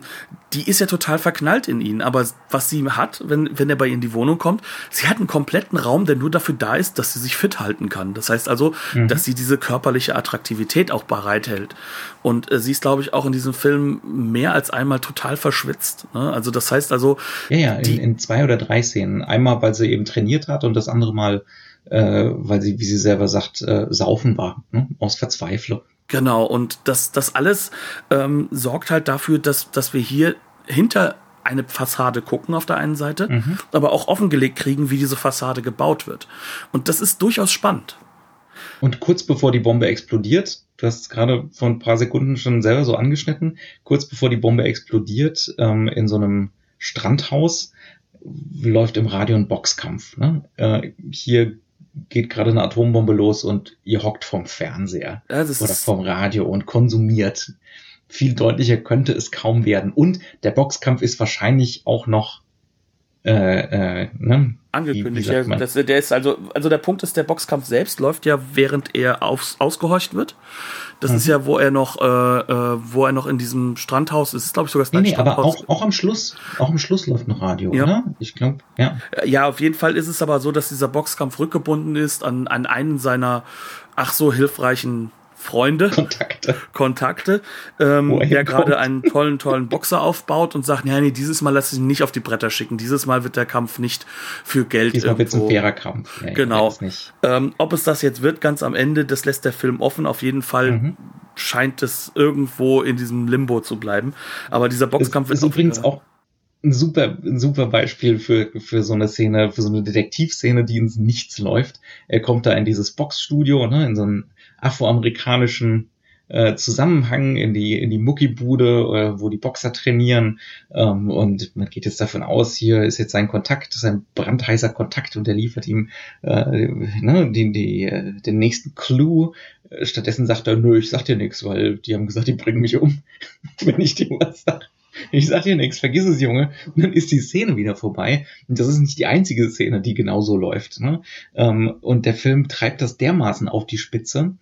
die ist ja total verknallt in ihn, aber was sie hat, wenn er bei ihr in die Wohnung kommt, sie hat einen kompletten Raum, der nur dafür da ist, dass sie sich fit halten kann. Das heißt also, dass sie diese körperliche Attraktivität auch bereithält. Und sie ist, glaube ich, auch in diesem Film mehr als einmal total verschwitzt. Ne? Also das heißt also...
Ja, in 2 oder 3 Szenen. Einmal, weil sie eben trainiert hat und das andere Mal, weil sie, wie sie selber sagt, saufen war, ne? Aus Verzweiflung.
Genau, und das alles sorgt halt dafür, dass wir hier hinter eine Fassade gucken auf der einen Seite, aber auch offengelegt kriegen, wie diese Fassade gebaut wird. Und das ist durchaus spannend.
Und kurz bevor die Bombe explodiert, du hast es gerade vor ein paar Sekunden schon selber so angeschnitten, kurz bevor die Bombe explodiert, in so einem Strandhaus, läuft im Radio ein Boxkampf. Ne? Hier geht gerade eine Atombombe los und ihr hockt vom Fernseher oder vom Radio und konsumiert. Viel deutlicher könnte es kaum werden. Und der Boxkampf ist wahrscheinlich auch noch
angekündigt. Der ist also der Punkt ist, der Boxkampf selbst läuft ja, während er ausgehorcht wird. Das ist ja, wo er noch in diesem Strandhaus ist, glaube ich sogar das
Strandhaus. Aber auch am Schluss läuft noch Radio, ja. Oder? Ich glaube, ja.
Ja, auf jeden Fall ist es aber so, dass dieser Boxkampf rückgebunden ist an einen seiner ach so hilfreichen Freunde, Kontakte, der gerade einen tollen Boxer aufbaut und sagt, ja, nee, dieses Mal lass ich ihn nicht auf die Bretter schicken. Dieses Mal wird der Kampf nicht für Geld
Diesmal wird es ein fairer Kampf.
Nee, genau. Ob es das jetzt wird, ganz am Ende, das lässt der Film offen. Auf jeden Fall scheint es irgendwo in diesem Limbo zu bleiben. Aber dieser Boxkampf
ist übrigens auch ein super Beispiel für so eine Szene, für so eine Detektivszene, die ins Nichts läuft. Er kommt da in dieses Boxstudio, ne, in so einen afroamerikanischen Zusammenhang in die Muckibude, wo die Boxer trainieren, und man geht jetzt davon aus, hier ist jetzt sein Kontakt, das ist ein brandheißer Kontakt und der liefert ihm den nächsten Clou. Stattdessen sagt er, nö, ich sag dir nichts, weil die haben gesagt, die bringen mich um, wenn ich dir was sag. Ich sag dir nichts, vergiss es, Junge. Und dann ist die Szene wieder vorbei. Und das ist nicht die einzige Szene, die genau so läuft. Ne? Und der Film treibt das dermaßen auf die Spitze.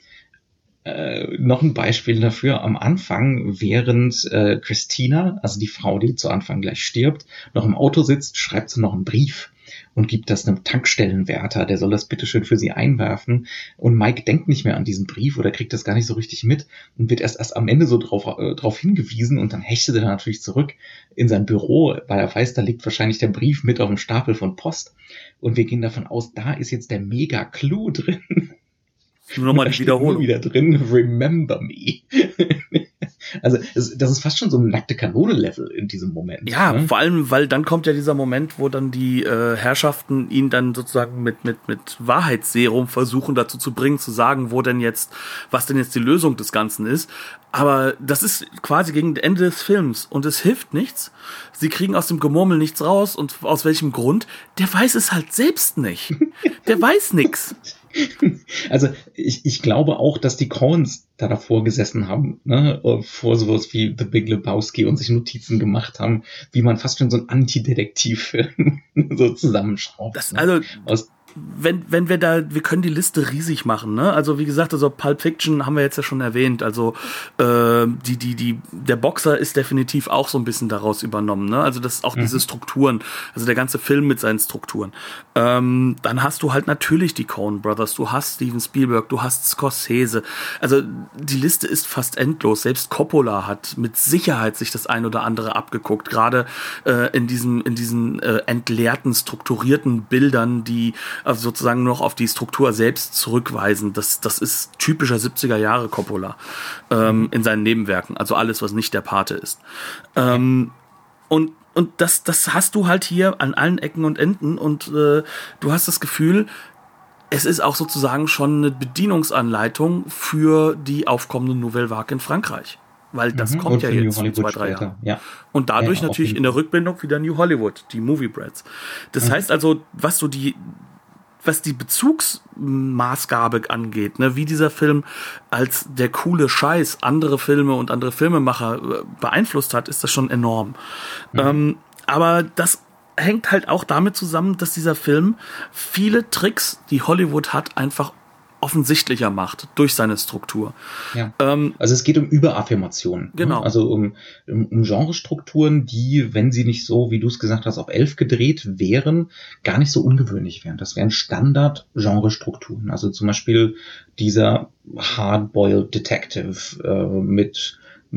Noch ein Beispiel dafür am Anfang, während Christina, also die Frau, die zu Anfang gleich stirbt, noch im Auto sitzt, schreibt sie noch einen Brief und gibt das einem Tankstellenwärter, der soll das bitteschön für sie einwerfen. Und Mike denkt nicht mehr an diesen Brief oder kriegt das gar nicht so richtig mit und wird erst am Ende so drauf hingewiesen, und dann hechtet er natürlich zurück in sein Büro, weil er weiß, da liegt wahrscheinlich der Brief mit auf dem Stapel von Post. Und wir gehen davon aus, da ist jetzt der Mega-Clou drin.
Nur nochmal die Wiederholung.
Wieder drin, remember me. Also das ist fast schon so ein nackte Kanone-Level in diesem Moment.
Ja, ne? Vor allem, weil dann kommt ja dieser Moment, wo dann die Herrschaften ihn dann sozusagen mit Wahrheitsserum versuchen dazu zu bringen, zu sagen, was denn jetzt die Lösung des Ganzen ist. Aber das ist quasi gegen Ende des Films und es hilft nichts. Sie kriegen aus dem Gemurmel nichts raus, und aus welchem Grund? Der weiß es halt selbst nicht. Der weiß nix.
Also ich glaube auch, dass die Coens da davor gesessen haben, ne, vor sowas wie The Big Lebowski, und sich Notizen gemacht haben, wie man fast schon so ein Antidetektivfilm so zusammenschraubt.
Das, also wenn wir können die Liste riesig machen, ne? Also wie gesagt, also Pulp Fiction haben wir jetzt ja schon erwähnt, also der Boxer ist definitiv auch so ein bisschen daraus übernommen, ne? Also das auch diese Strukturen, also der ganze Film mit seinen Strukturen. Dann hast du halt natürlich die Coen Brothers, du hast Steven Spielberg, du hast Scorsese, also die Liste ist fast endlos. Selbst Coppola hat mit Sicherheit sich das ein oder andere abgeguckt, gerade in diesen entleerten, strukturierten Bildern, die also sozusagen noch auf die Struktur selbst zurückweisen. Das ist typischer 70er Jahre Coppola in seinen Nebenwerken, also alles, was nicht der Pate ist. Und das hast du halt hier an allen Ecken und Enden, und du hast das Gefühl, es ist auch sozusagen schon eine Bedienungsanleitung für die aufkommende Nouvelle Vague in Frankreich. Weil das kommt ja jetzt in 2-3 Jahren. Ja. Und dadurch natürlich in der Rückbindung wieder New Hollywood, die Movie Brats. Das heißt also, was die Bezugsmaßgabe angeht, ne, wie dieser Film als der coole Scheiß andere Filme und andere Filmemacher beeinflusst hat, ist das schon enorm. Aber das hängt halt auch damit zusammen, dass dieser Film viele Tricks, die Hollywood hat, einfach offensichtlicher macht durch seine Struktur.
Ja. Also es geht um Überaffirmation.
Genau.
Ne? Also um Genrestrukturen, die, wenn sie nicht so, wie du es gesagt hast, auf 11 gedreht wären, gar nicht so ungewöhnlich wären. Das wären Standard-Genrestrukturen. Also zum Beispiel dieser Hard-Boiled Detective mit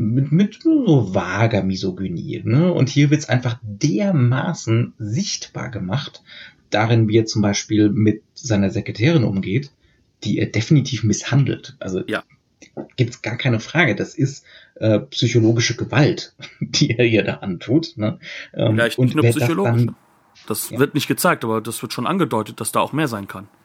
so vager Misogynie. Ne? Und hier wird's einfach dermaßen sichtbar gemacht, darin wie er zum Beispiel mit seiner Sekretärin umgeht, die er definitiv misshandelt. Also gibt's gar keine Frage. Das ist psychologische Gewalt, die er ihr da antut. Ne?
Vielleicht nicht nur psychologisch. Das wird nicht gezeigt, aber das wird schon angedeutet, dass da auch mehr sein kann.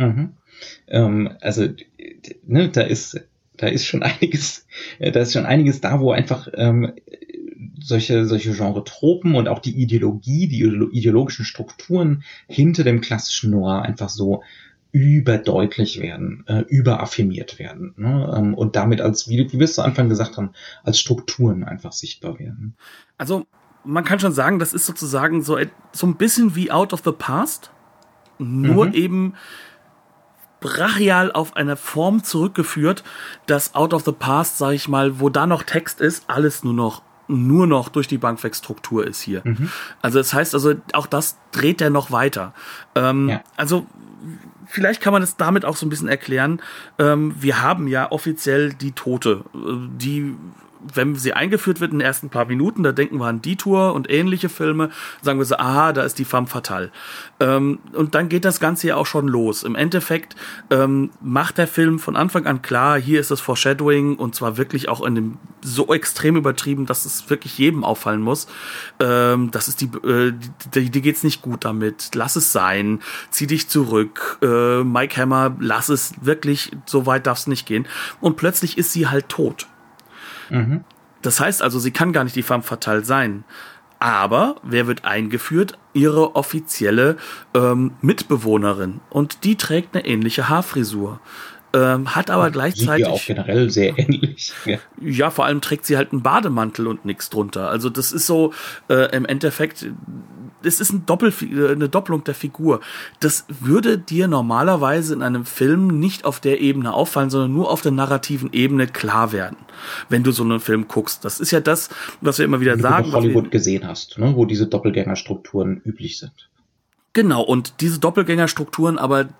Also ne, da ist schon einiges da, wo einfach solche Genre-Tropen und auch die Ideologie, die ideologischen Strukturen hinter dem klassischen Noir einfach so überdeutlich werden, überaffirmiert werden, ne? Und damit als, wie wir es zu Anfang gesagt haben, als Strukturen einfach sichtbar werden.
Also man kann schon sagen, das ist sozusagen so ein bisschen wie Out of the Past, nur eben brachial auf eine Form zurückgeführt, dass Out of the Past, sag ich mal, wo da noch Text ist, alles nur noch durch die Bank weg Struktur ist hier. Also das heißt, also auch das dreht er noch weiter. Also vielleicht kann man es damit auch so ein bisschen erklären. Wir haben ja offiziell die Tote, die wenn sie eingeführt wird in den ersten paar Minuten, da denken wir an Detour und ähnliche Filme, sagen wir so, aha, da ist die femme fatale. Und dann geht das Ganze ja auch schon los. Im Endeffekt macht der Film von Anfang an klar, hier ist das Foreshadowing und zwar wirklich auch in dem so extrem übertrieben, dass es wirklich jedem auffallen muss. Das ist die geht's nicht gut damit. Lass es sein. Zieh dich zurück. Mike Hammer, lass es wirklich, so weit darf es nicht gehen. Und plötzlich ist sie halt tot. Mhm. Das heißt also, sie kann gar nicht die femme fatale sein. Aber wer wird eingeführt? Ihre offizielle Mitbewohnerin. Und die trägt eine ähnliche Haarfrisur. Hat aber gleichzeitig...
Sieht ja auch generell sehr ähnlich.
Ja, vor allem trägt sie halt einen Bademantel und nichts drunter. Also das ist so im Endeffekt... Das ist eine Doppelung der Figur. Das würde dir normalerweise in einem Film nicht auf der Ebene auffallen, sondern nur auf der narrativen Ebene klar werden, wenn du so einen Film guckst. Das ist ja das, was wir immer wieder sagen.
Wie du Hollywood gesehen hast, ne? Wo diese Doppelgängerstrukturen üblich sind.
Genau, und diese Doppelgängerstrukturen, aber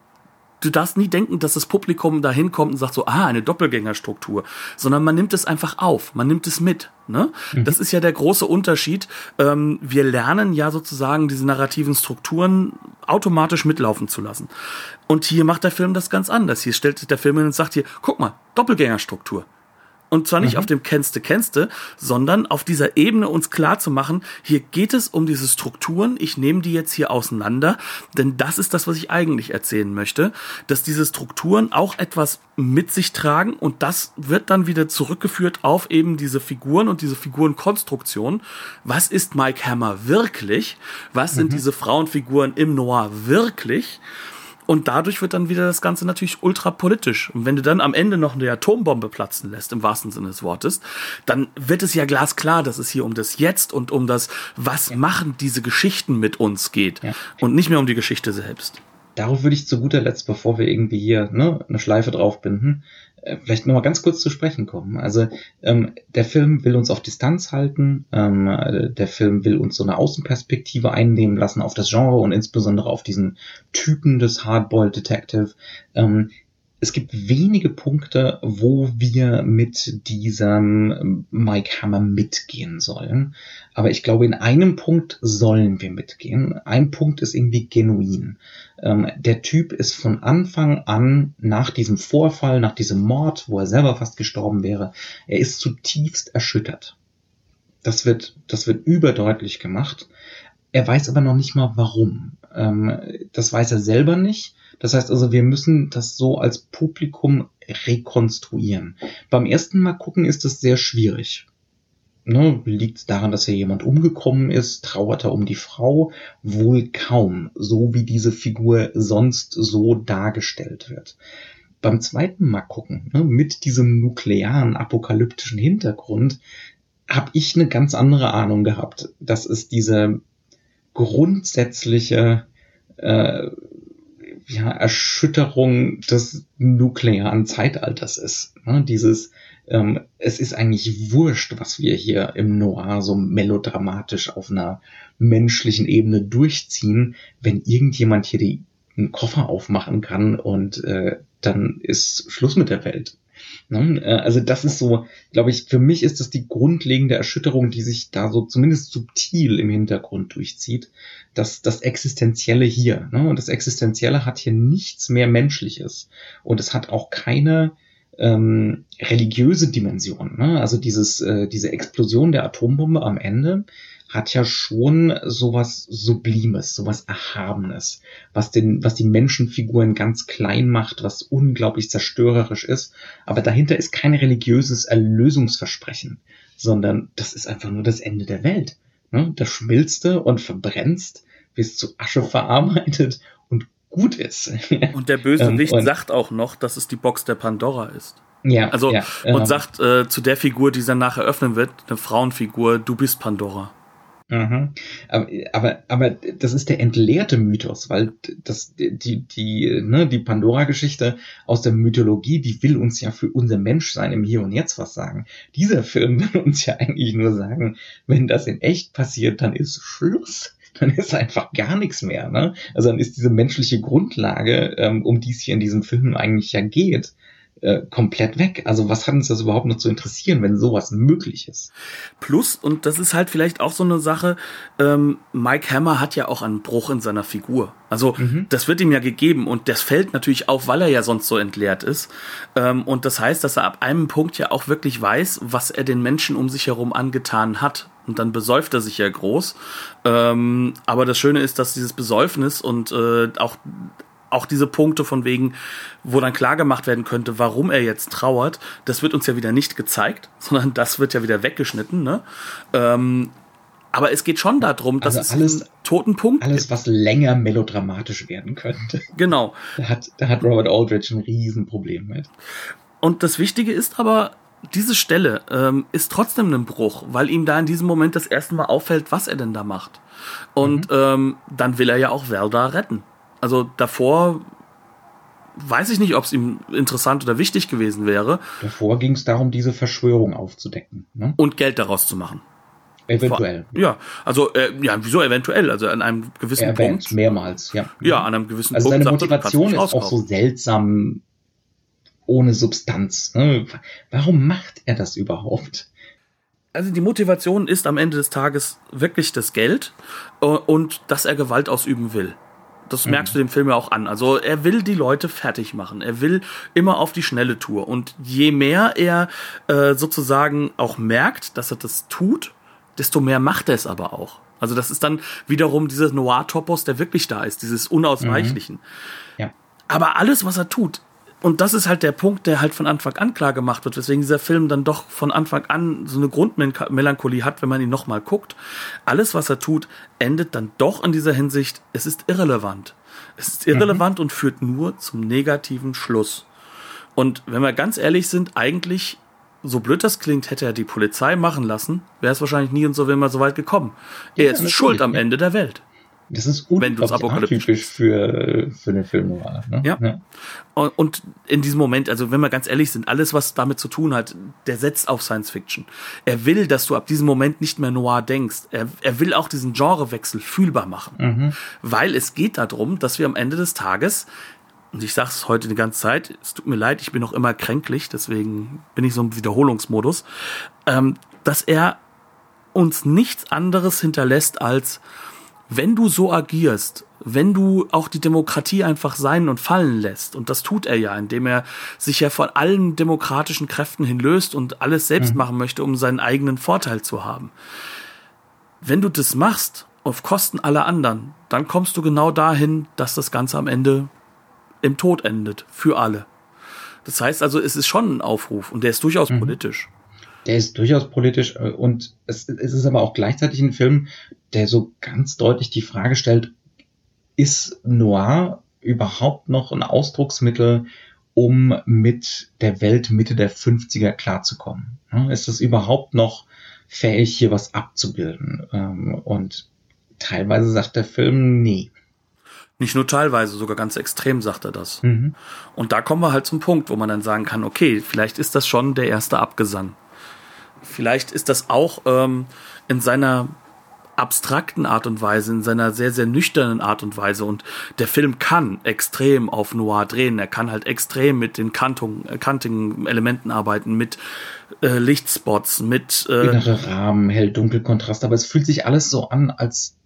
du darfst nie denken, dass das Publikum da hinkommt und sagt so, eine Doppelgängerstruktur, sondern man nimmt es einfach auf, man nimmt es mit. Ne? Mhm. Das ist ja der große Unterschied. Wir lernen ja sozusagen diese narrativen Strukturen automatisch mitlaufen zu lassen. Und hier macht der Film das ganz anders. Hier stellt sich der Film hin und sagt hier, guck mal, Doppelgängerstruktur. Und zwar nicht auf dem Kennste, sondern auf dieser Ebene uns klar zu machen, hier geht es um diese Strukturen, ich nehme die jetzt hier auseinander, denn das ist das, was ich eigentlich erzählen möchte, dass diese Strukturen auch etwas mit sich tragen und das wird dann wieder zurückgeführt auf eben diese Figuren und diese Figurenkonstruktion. Was ist Mike Hammer wirklich? Was sind diese Frauenfiguren im Noir wirklich? Und dadurch wird dann wieder das Ganze natürlich ultra politisch. Und wenn du dann am Ende noch eine Atombombe platzen lässt, im wahrsten Sinne des Wortes, dann wird es ja glasklar, dass es hier um das Jetzt und um das, was machen diese Geschichten mit uns geht. Ja. Und nicht mehr um die Geschichte selbst.
Darauf würde ich zu guter Letzt, bevor wir irgendwie hier eine Schleife draufbinden, vielleicht nochmal ganz kurz zu sprechen kommen. Also der Film will uns auf Distanz halten, der Film will uns so eine Außenperspektive einnehmen lassen auf das Genre und insbesondere auf diesen Typen des Hardboiled Detective. Es gibt wenige Punkte, wo wir mit diesem Mike Hammer mitgehen sollen. Aber ich glaube, in einem Punkt sollen wir mitgehen. Ein Punkt ist irgendwie genuin. Der Typ ist von Anfang an, nach diesem Vorfall, nach diesem Mord, wo er selber fast gestorben wäre, er ist zutiefst erschüttert. Das wird überdeutlich gemacht. Er weiß aber noch nicht mal warum. Das weiß er selber nicht. Das heißt also, wir müssen das so als Publikum rekonstruieren. Beim ersten Mal gucken ist das sehr schwierig. Ne, liegt es daran, dass hier jemand umgekommen ist? Trauert er um die Frau? Wohl kaum, so wie diese Figur sonst so dargestellt wird. Beim zweiten Mal gucken, ne, mit diesem nuklearen, apokalyptischen Hintergrund, habe ich eine ganz andere Ahnung gehabt. Das ist diese grundsätzliche Erschütterung des nuklearen Zeitalters ist. Ne? Es ist eigentlich wurscht, was wir hier im Noir so melodramatisch auf einer menschlichen Ebene durchziehen, wenn irgendjemand hier einen Koffer aufmachen kann und dann ist Schluss mit der Welt. Ne? Also das ist so, glaube ich, für mich ist das die grundlegende Erschütterung, die sich da so zumindest subtil im Hintergrund durchzieht. Das Existenzielle hier. Ne? Und das Existenzielle hat hier nichts mehr Menschliches. Und es hat auch keine religiöse Dimension. Ne? Also diese Explosion der Atombombe am Ende hat ja schon sowas Sublimes, sowas Erhabenes, was die Menschenfiguren ganz klein macht, was unglaublich zerstörerisch ist. Aber dahinter ist kein religiöses Erlösungsversprechen, sondern das ist einfach nur das Ende der Welt. Ne? Da schmilzt du und verbrennst, wirst zu Asche verarbeitet und gut ist.
Und der Bösewicht sagt auch noch, dass es die Box der Pandora ist.
Ja.
Also, und sagt zu der Figur, die dann nachher öffnen wird, eine Frauenfigur, du bist Pandora.
Mhm. Aber das ist der entleerte Mythos, weil die Pandora-Geschichte aus der Mythologie, die will uns ja für unser Menschsein im Hier und Jetzt was sagen. Dieser Film will uns ja eigentlich nur sagen, wenn das in echt passiert, dann ist Schluss. Dann ist einfach gar nichts mehr. Ne? Also dann ist diese menschliche Grundlage, um die es hier in diesem Film eigentlich ja geht, komplett weg. Also was hat uns das überhaupt noch zu interessieren, wenn sowas möglich ist?
Plus, und das ist halt vielleicht auch so eine Sache, Mike Hammer hat ja auch einen Bruch in seiner Figur. Also das wird ihm ja gegeben und das fällt natürlich auf, weil er ja sonst so entleert ist. Und das heißt, dass er ab einem Punkt ja auch wirklich weiß, was er den Menschen um sich herum angetan hat. Und dann besäuft er sich ja groß. Aber das Schöne ist, dass dieses Besäufnis und auch diese Punkte von wegen, wo dann klar gemacht werden könnte, warum er jetzt trauert, das wird uns ja wieder nicht gezeigt, sondern das wird ja wieder weggeschnitten, ne? Aber es geht schon darum, dass es einen toten Punkt
gibt. Alles, was länger melodramatisch werden könnte.
Genau.
Da hat Robert Aldrich ein Riesenproblem mit.
Und das Wichtige ist aber, diese Stelle ist trotzdem ein Bruch, weil ihm da in diesem Moment das erste Mal auffällt, was er denn da macht. Und dann will er ja auch Velda retten. Also davor weiß ich nicht, ob es ihm interessant oder wichtig gewesen wäre.
Davor ging es darum, diese Verschwörung aufzudecken. Ne?
Und Geld daraus zu machen.
Eventuell.
Ja, also wieso eventuell? Also an einem gewissen Punkt.
Mehrmals, ja.
Ja, an einem gewissen
also
Punkt.
Also seine Motivation ist auch so seltsam ohne Substanz. Ne? Warum macht er das überhaupt?
Also die Motivation ist am Ende des Tages wirklich das Geld und dass er Gewalt ausüben will. Das merkst du dem Film ja auch an. Also er will die Leute fertig machen. Er will immer auf die schnelle Tour. Und je mehr er sozusagen auch merkt, dass er das tut, desto mehr macht er es aber auch. Also das ist dann wiederum dieses Noir-Topos, der wirklich da ist, dieses Unausweichlichen.
Ja.
Aber alles, was er tut, und das ist halt der Punkt, der halt von Anfang an klar gemacht wird, weswegen dieser Film dann doch von Anfang an so eine Grundmelancholie hat, wenn man ihn nochmal guckt. Alles, was er tut, endet dann doch in dieser Hinsicht, es ist irrelevant. Es ist irrelevant und führt nur zum negativen Schluss. Und wenn wir ganz ehrlich sind, eigentlich, so blöd das klingt, hätte er die Polizei machen lassen, wäre es wahrscheinlich nie und so immer so weit gekommen. Er ist schuld am Ende der Welt.
Das ist atypisch für eine Filmnoir. Ne?
Ja. Und in diesem Moment, also wenn wir ganz ehrlich sind, alles, was damit zu tun hat, der setzt auf Science Fiction. Er will, dass du ab diesem Moment nicht mehr Noir denkst. Er will auch diesen Genrewechsel fühlbar machen. Weil es geht darum, dass wir am Ende des Tages, und ich sage es heute die ganze Zeit, es tut mir leid, ich bin noch immer kränklich, deswegen bin ich so im Wiederholungsmodus, dass er uns nichts anderes hinterlässt als: Wenn du so agierst, wenn du auch die Demokratie einfach sein und fallen lässt, und das tut er ja, indem er sich ja von allen demokratischen Kräften hin löst und alles selbst machen möchte, um seinen eigenen Vorteil zu haben. Wenn du das machst, auf Kosten aller anderen, dann kommst du genau dahin, dass das Ganze am Ende im Tod endet, für alle. Das heißt also, es ist schon ein Aufruf und der ist durchaus politisch.
Der ist durchaus politisch und es ist aber auch gleichzeitig ein Film, der so ganz deutlich die Frage stellt, ist Noir überhaupt noch ein Ausdrucksmittel, um mit der Welt Mitte der 50er klarzukommen? Ist es überhaupt noch fähig, hier was abzubilden? Und teilweise sagt der Film, nee.
Nicht nur teilweise, sogar ganz extrem sagt er das. Und da kommen wir halt zum Punkt, wo man dann sagen kann, okay, vielleicht ist das schon der erste Abgesang. Vielleicht ist das auch in seiner abstrakten Art und Weise, in seiner sehr, sehr nüchternen Art und Weise. Und der Film kann extrem auf Noir drehen. Er kann halt extrem mit den kantigen Elementen arbeiten, mit Lichtspots, mit
innere Rahmen, hell-dunkel Kontrast. Aber es fühlt sich alles so an, als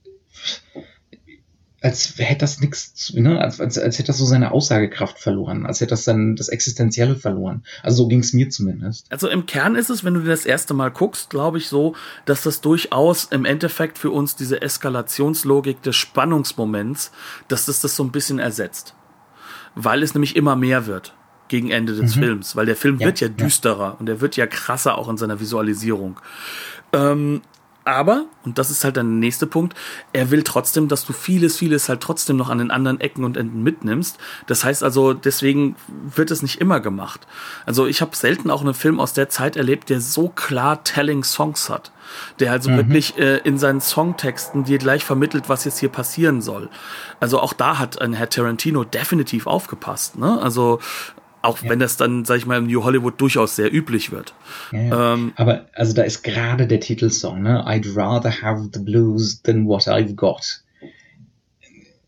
hätte das nichts, ne? als hätte das so seine Aussagekraft verloren, als hätte das dann das Existenzielle verloren. Also so ging es mir zumindest.
Also im Kern ist es, wenn du dir das erste Mal guckst, glaube ich so, dass das durchaus im Endeffekt für uns diese Eskalationslogik des Spannungsmoments, dass das so ein bisschen ersetzt. Weil es nämlich immer mehr wird gegen Ende des Films. Weil der Film wird ja düsterer und er wird ja krasser auch in seiner Visualisierung. Aber, und das ist halt dann der nächste Punkt, er will trotzdem, dass du vieles halt trotzdem noch an den anderen Ecken und Enden mitnimmst. Das heißt also, deswegen wird es nicht immer gemacht. Also ich habe selten auch einen Film aus der Zeit erlebt, der so klar telling Songs hat. Der also wirklich in seinen Songtexten dir gleich vermittelt, was jetzt hier passieren soll. Also auch da hat ein Herr Tarantino definitiv aufgepasst, ne? Also auch wenn das dann, sag ich mal, im New Hollywood durchaus sehr üblich wird.
Ja. Aber also da ist gerade der Titelsong, ne? I'd rather have the blues than what I've got.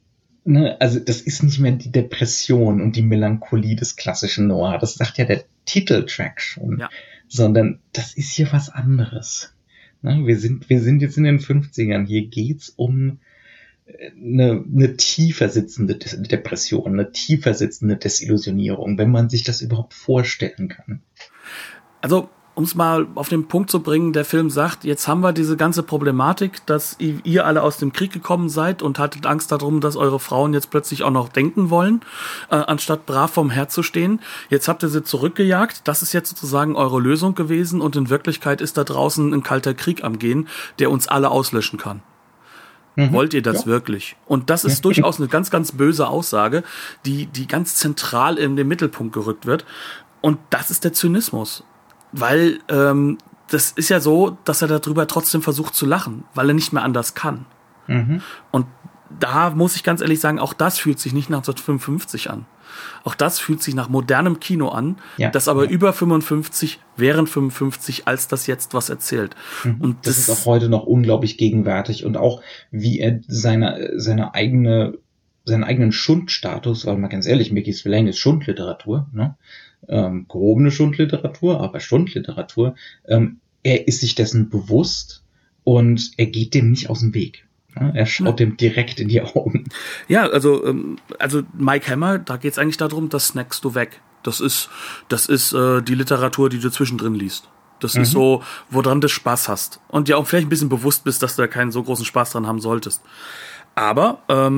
ne, also das ist nicht mehr die Depression und die Melancholie des klassischen Noir. Das sagt ja der Titeltrack schon. Ja. Sondern das ist hier was anderes. Ne, wir sind jetzt in den 50ern. Hier geht's um eine tiefer sitzende Depression, eine tiefer sitzende Desillusionierung, wenn man sich das überhaupt vorstellen kann.
Also, um es mal auf den Punkt zu bringen, der Film sagt, jetzt haben wir diese ganze Problematik, dass ihr alle aus dem Krieg gekommen seid und hattet Angst darum, dass eure Frauen jetzt plötzlich auch noch denken wollen, anstatt brav vom Herd zu stehen. Jetzt habt ihr sie zurückgejagt. Das ist jetzt sozusagen eure Lösung gewesen und in Wirklichkeit ist da draußen ein kalter Krieg am Gehen, der uns alle auslöschen kann. Wollt ihr das wirklich? Und das ist durchaus eine ganz, ganz böse Aussage, die ganz zentral in den Mittelpunkt gerückt wird. Und das ist der Zynismus. Weil das ist ja so, dass er darüber trotzdem versucht zu lachen, weil er nicht mehr anders kann. Und da muss ich ganz ehrlich sagen, auch das fühlt sich nicht nach 1955 an. Auch das fühlt sich nach modernem Kino an, das aber über 55, während 55, als das jetzt was erzählt.
Und das ist auch heute noch unglaublich gegenwärtig und auch wie er seinen eigenen Schundstatus, weil mal ganz ehrlich, Mickey Spillane ist Schundliteratur, ne? Gehobene Schundliteratur, aber Schundliteratur, er ist sich dessen bewusst und er geht dem nicht aus dem Weg. Er schaut dem direkt in die Augen.
Ja, also Mike Hammer, da geht's eigentlich darum, das snackst du weg. Das ist die Literatur, die du zwischendrin liest. Das ist so, woran du Spaß hast. Und ja auch vielleicht ein bisschen bewusst bist, dass du da keinen so großen Spaß dran haben solltest. Aber,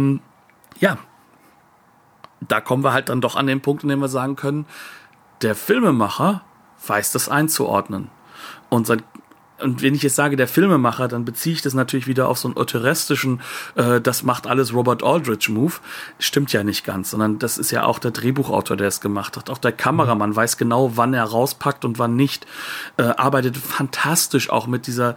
da kommen wir halt dann doch an den Punkt, in dem wir sagen können, der Filmemacher weiß das einzuordnen. Und wenn ich jetzt sage, der Filmemacher, dann beziehe ich das natürlich wieder auf so einen autoristischen, das macht alles Robert Aldrich-Move. Stimmt ja nicht ganz, sondern das ist ja auch der Drehbuchautor, der es gemacht hat. Auch der Kameramann weiß genau, wann er rauspackt und wann nicht. Arbeitet fantastisch auch mit dieser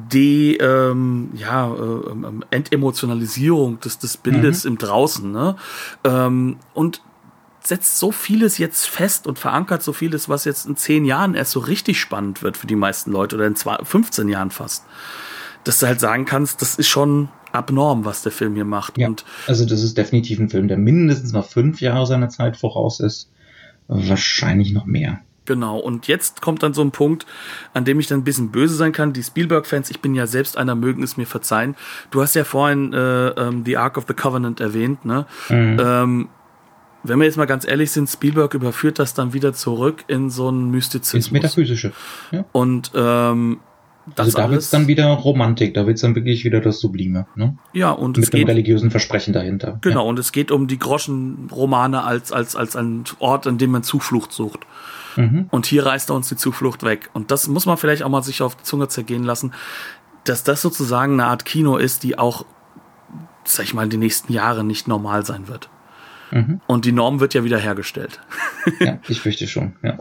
Entemotionalisierung des Bildes im Draußen. Ne? Und setzt so vieles jetzt fest und verankert so vieles, was jetzt in 10 Jahren erst so richtig spannend wird für die meisten Leute oder in 15 Jahren fast. Dass du halt sagen kannst, das ist schon abnorm, was der Film hier macht.
Ja, und also das ist definitiv ein Film, der mindestens mal 5 Jahre seiner Zeit voraus ist. Wahrscheinlich noch mehr.
Genau, und jetzt kommt dann so ein Punkt, an dem ich dann ein bisschen böse sein kann. Die Spielberg-Fans, ich bin ja selbst einer, mögen es mir verzeihen. Du hast ja vorhin The Ark of the Covenant erwähnt, ne? Wenn wir jetzt mal ganz ehrlich sind, Spielberg überführt das dann wieder zurück in so einen Mystizismus.
Ins Metaphysische. Ja.
Und da
wird's dann wieder Romantik, da wird's dann wirklich wieder das Sublime. Ne?
Ja, und
mit einem religiösen Versprechen dahinter.
Genau, und es geht um die Groschenromane als ein Ort, an dem man Zuflucht sucht. Und hier reißt er uns die Zuflucht weg. Und das muss man vielleicht auch mal sich auf die Zunge zergehen lassen, dass das sozusagen eine Art Kino ist, die auch, sag ich mal, in den nächsten Jahren nicht normal sein wird. Und die Norm wird ja wieder hergestellt.
Ja, ich fürchte schon, ja.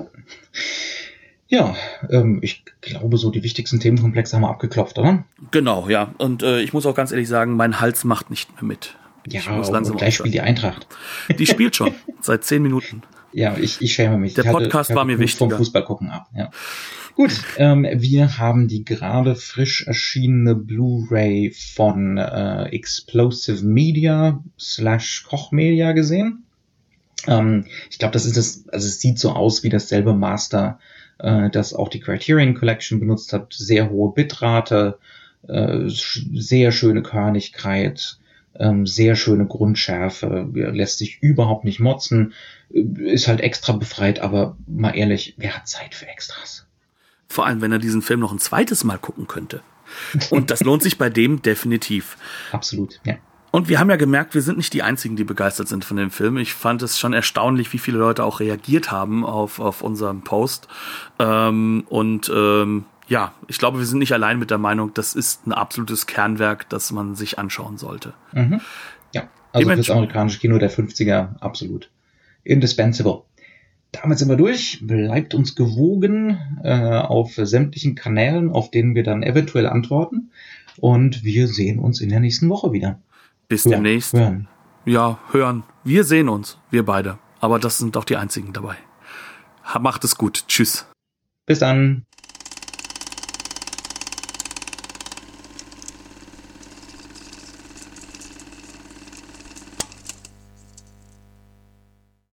Ja, ich glaube, so die wichtigsten Themenkomplexe haben wir abgeklopft, oder?
Genau, ja. Und ich muss auch ganz ehrlich sagen, mein Hals macht nicht mehr mit.
Ich muss langsam und gleich spielt die Eintracht.
Die spielt schon, seit 10 Minuten.
Ja, ich schäme mich.
Der Podcast war mir wichtiger.
Vom Fußball gucken ab, ja. Gut, wir haben die gerade frisch erschienene Blu-ray von Explosive Media / Koch Media gesehen. Ich glaube, das ist also es sieht so aus wie dasselbe Master, das auch die Criterion Collection benutzt hat. Sehr hohe Bitrate, sehr schöne Körnigkeit, sehr schöne Grundschärfe, lässt sich überhaupt nicht motzen, ist halt extra befreit, aber mal ehrlich, wer hat Zeit für Extras?
Vor allem, wenn er diesen Film noch ein zweites Mal gucken könnte. Und das lohnt sich bei dem definitiv.
Absolut, ja.
Und wir haben ja gemerkt, wir sind nicht die Einzigen, die begeistert sind von dem Film. Ich fand es schon erstaunlich, wie viele Leute auch reagiert haben auf unseren Post. Ich glaube, wir sind nicht allein mit der Meinung, das ist ein absolutes Kernwerk, das man sich anschauen sollte.
Ja, also das amerikanische Kino der 50er, absolut. Indispensable. Damit sind wir durch. Bleibt uns gewogen auf sämtlichen Kanälen, auf denen wir dann eventuell antworten. Und wir sehen uns in der nächsten Woche wieder.
Bis demnächst.
Hören.
Ja, hören. Wir sehen uns, wir beide. Aber das sind auch die einzigen dabei. Macht es gut. Tschüss.
Bis dann.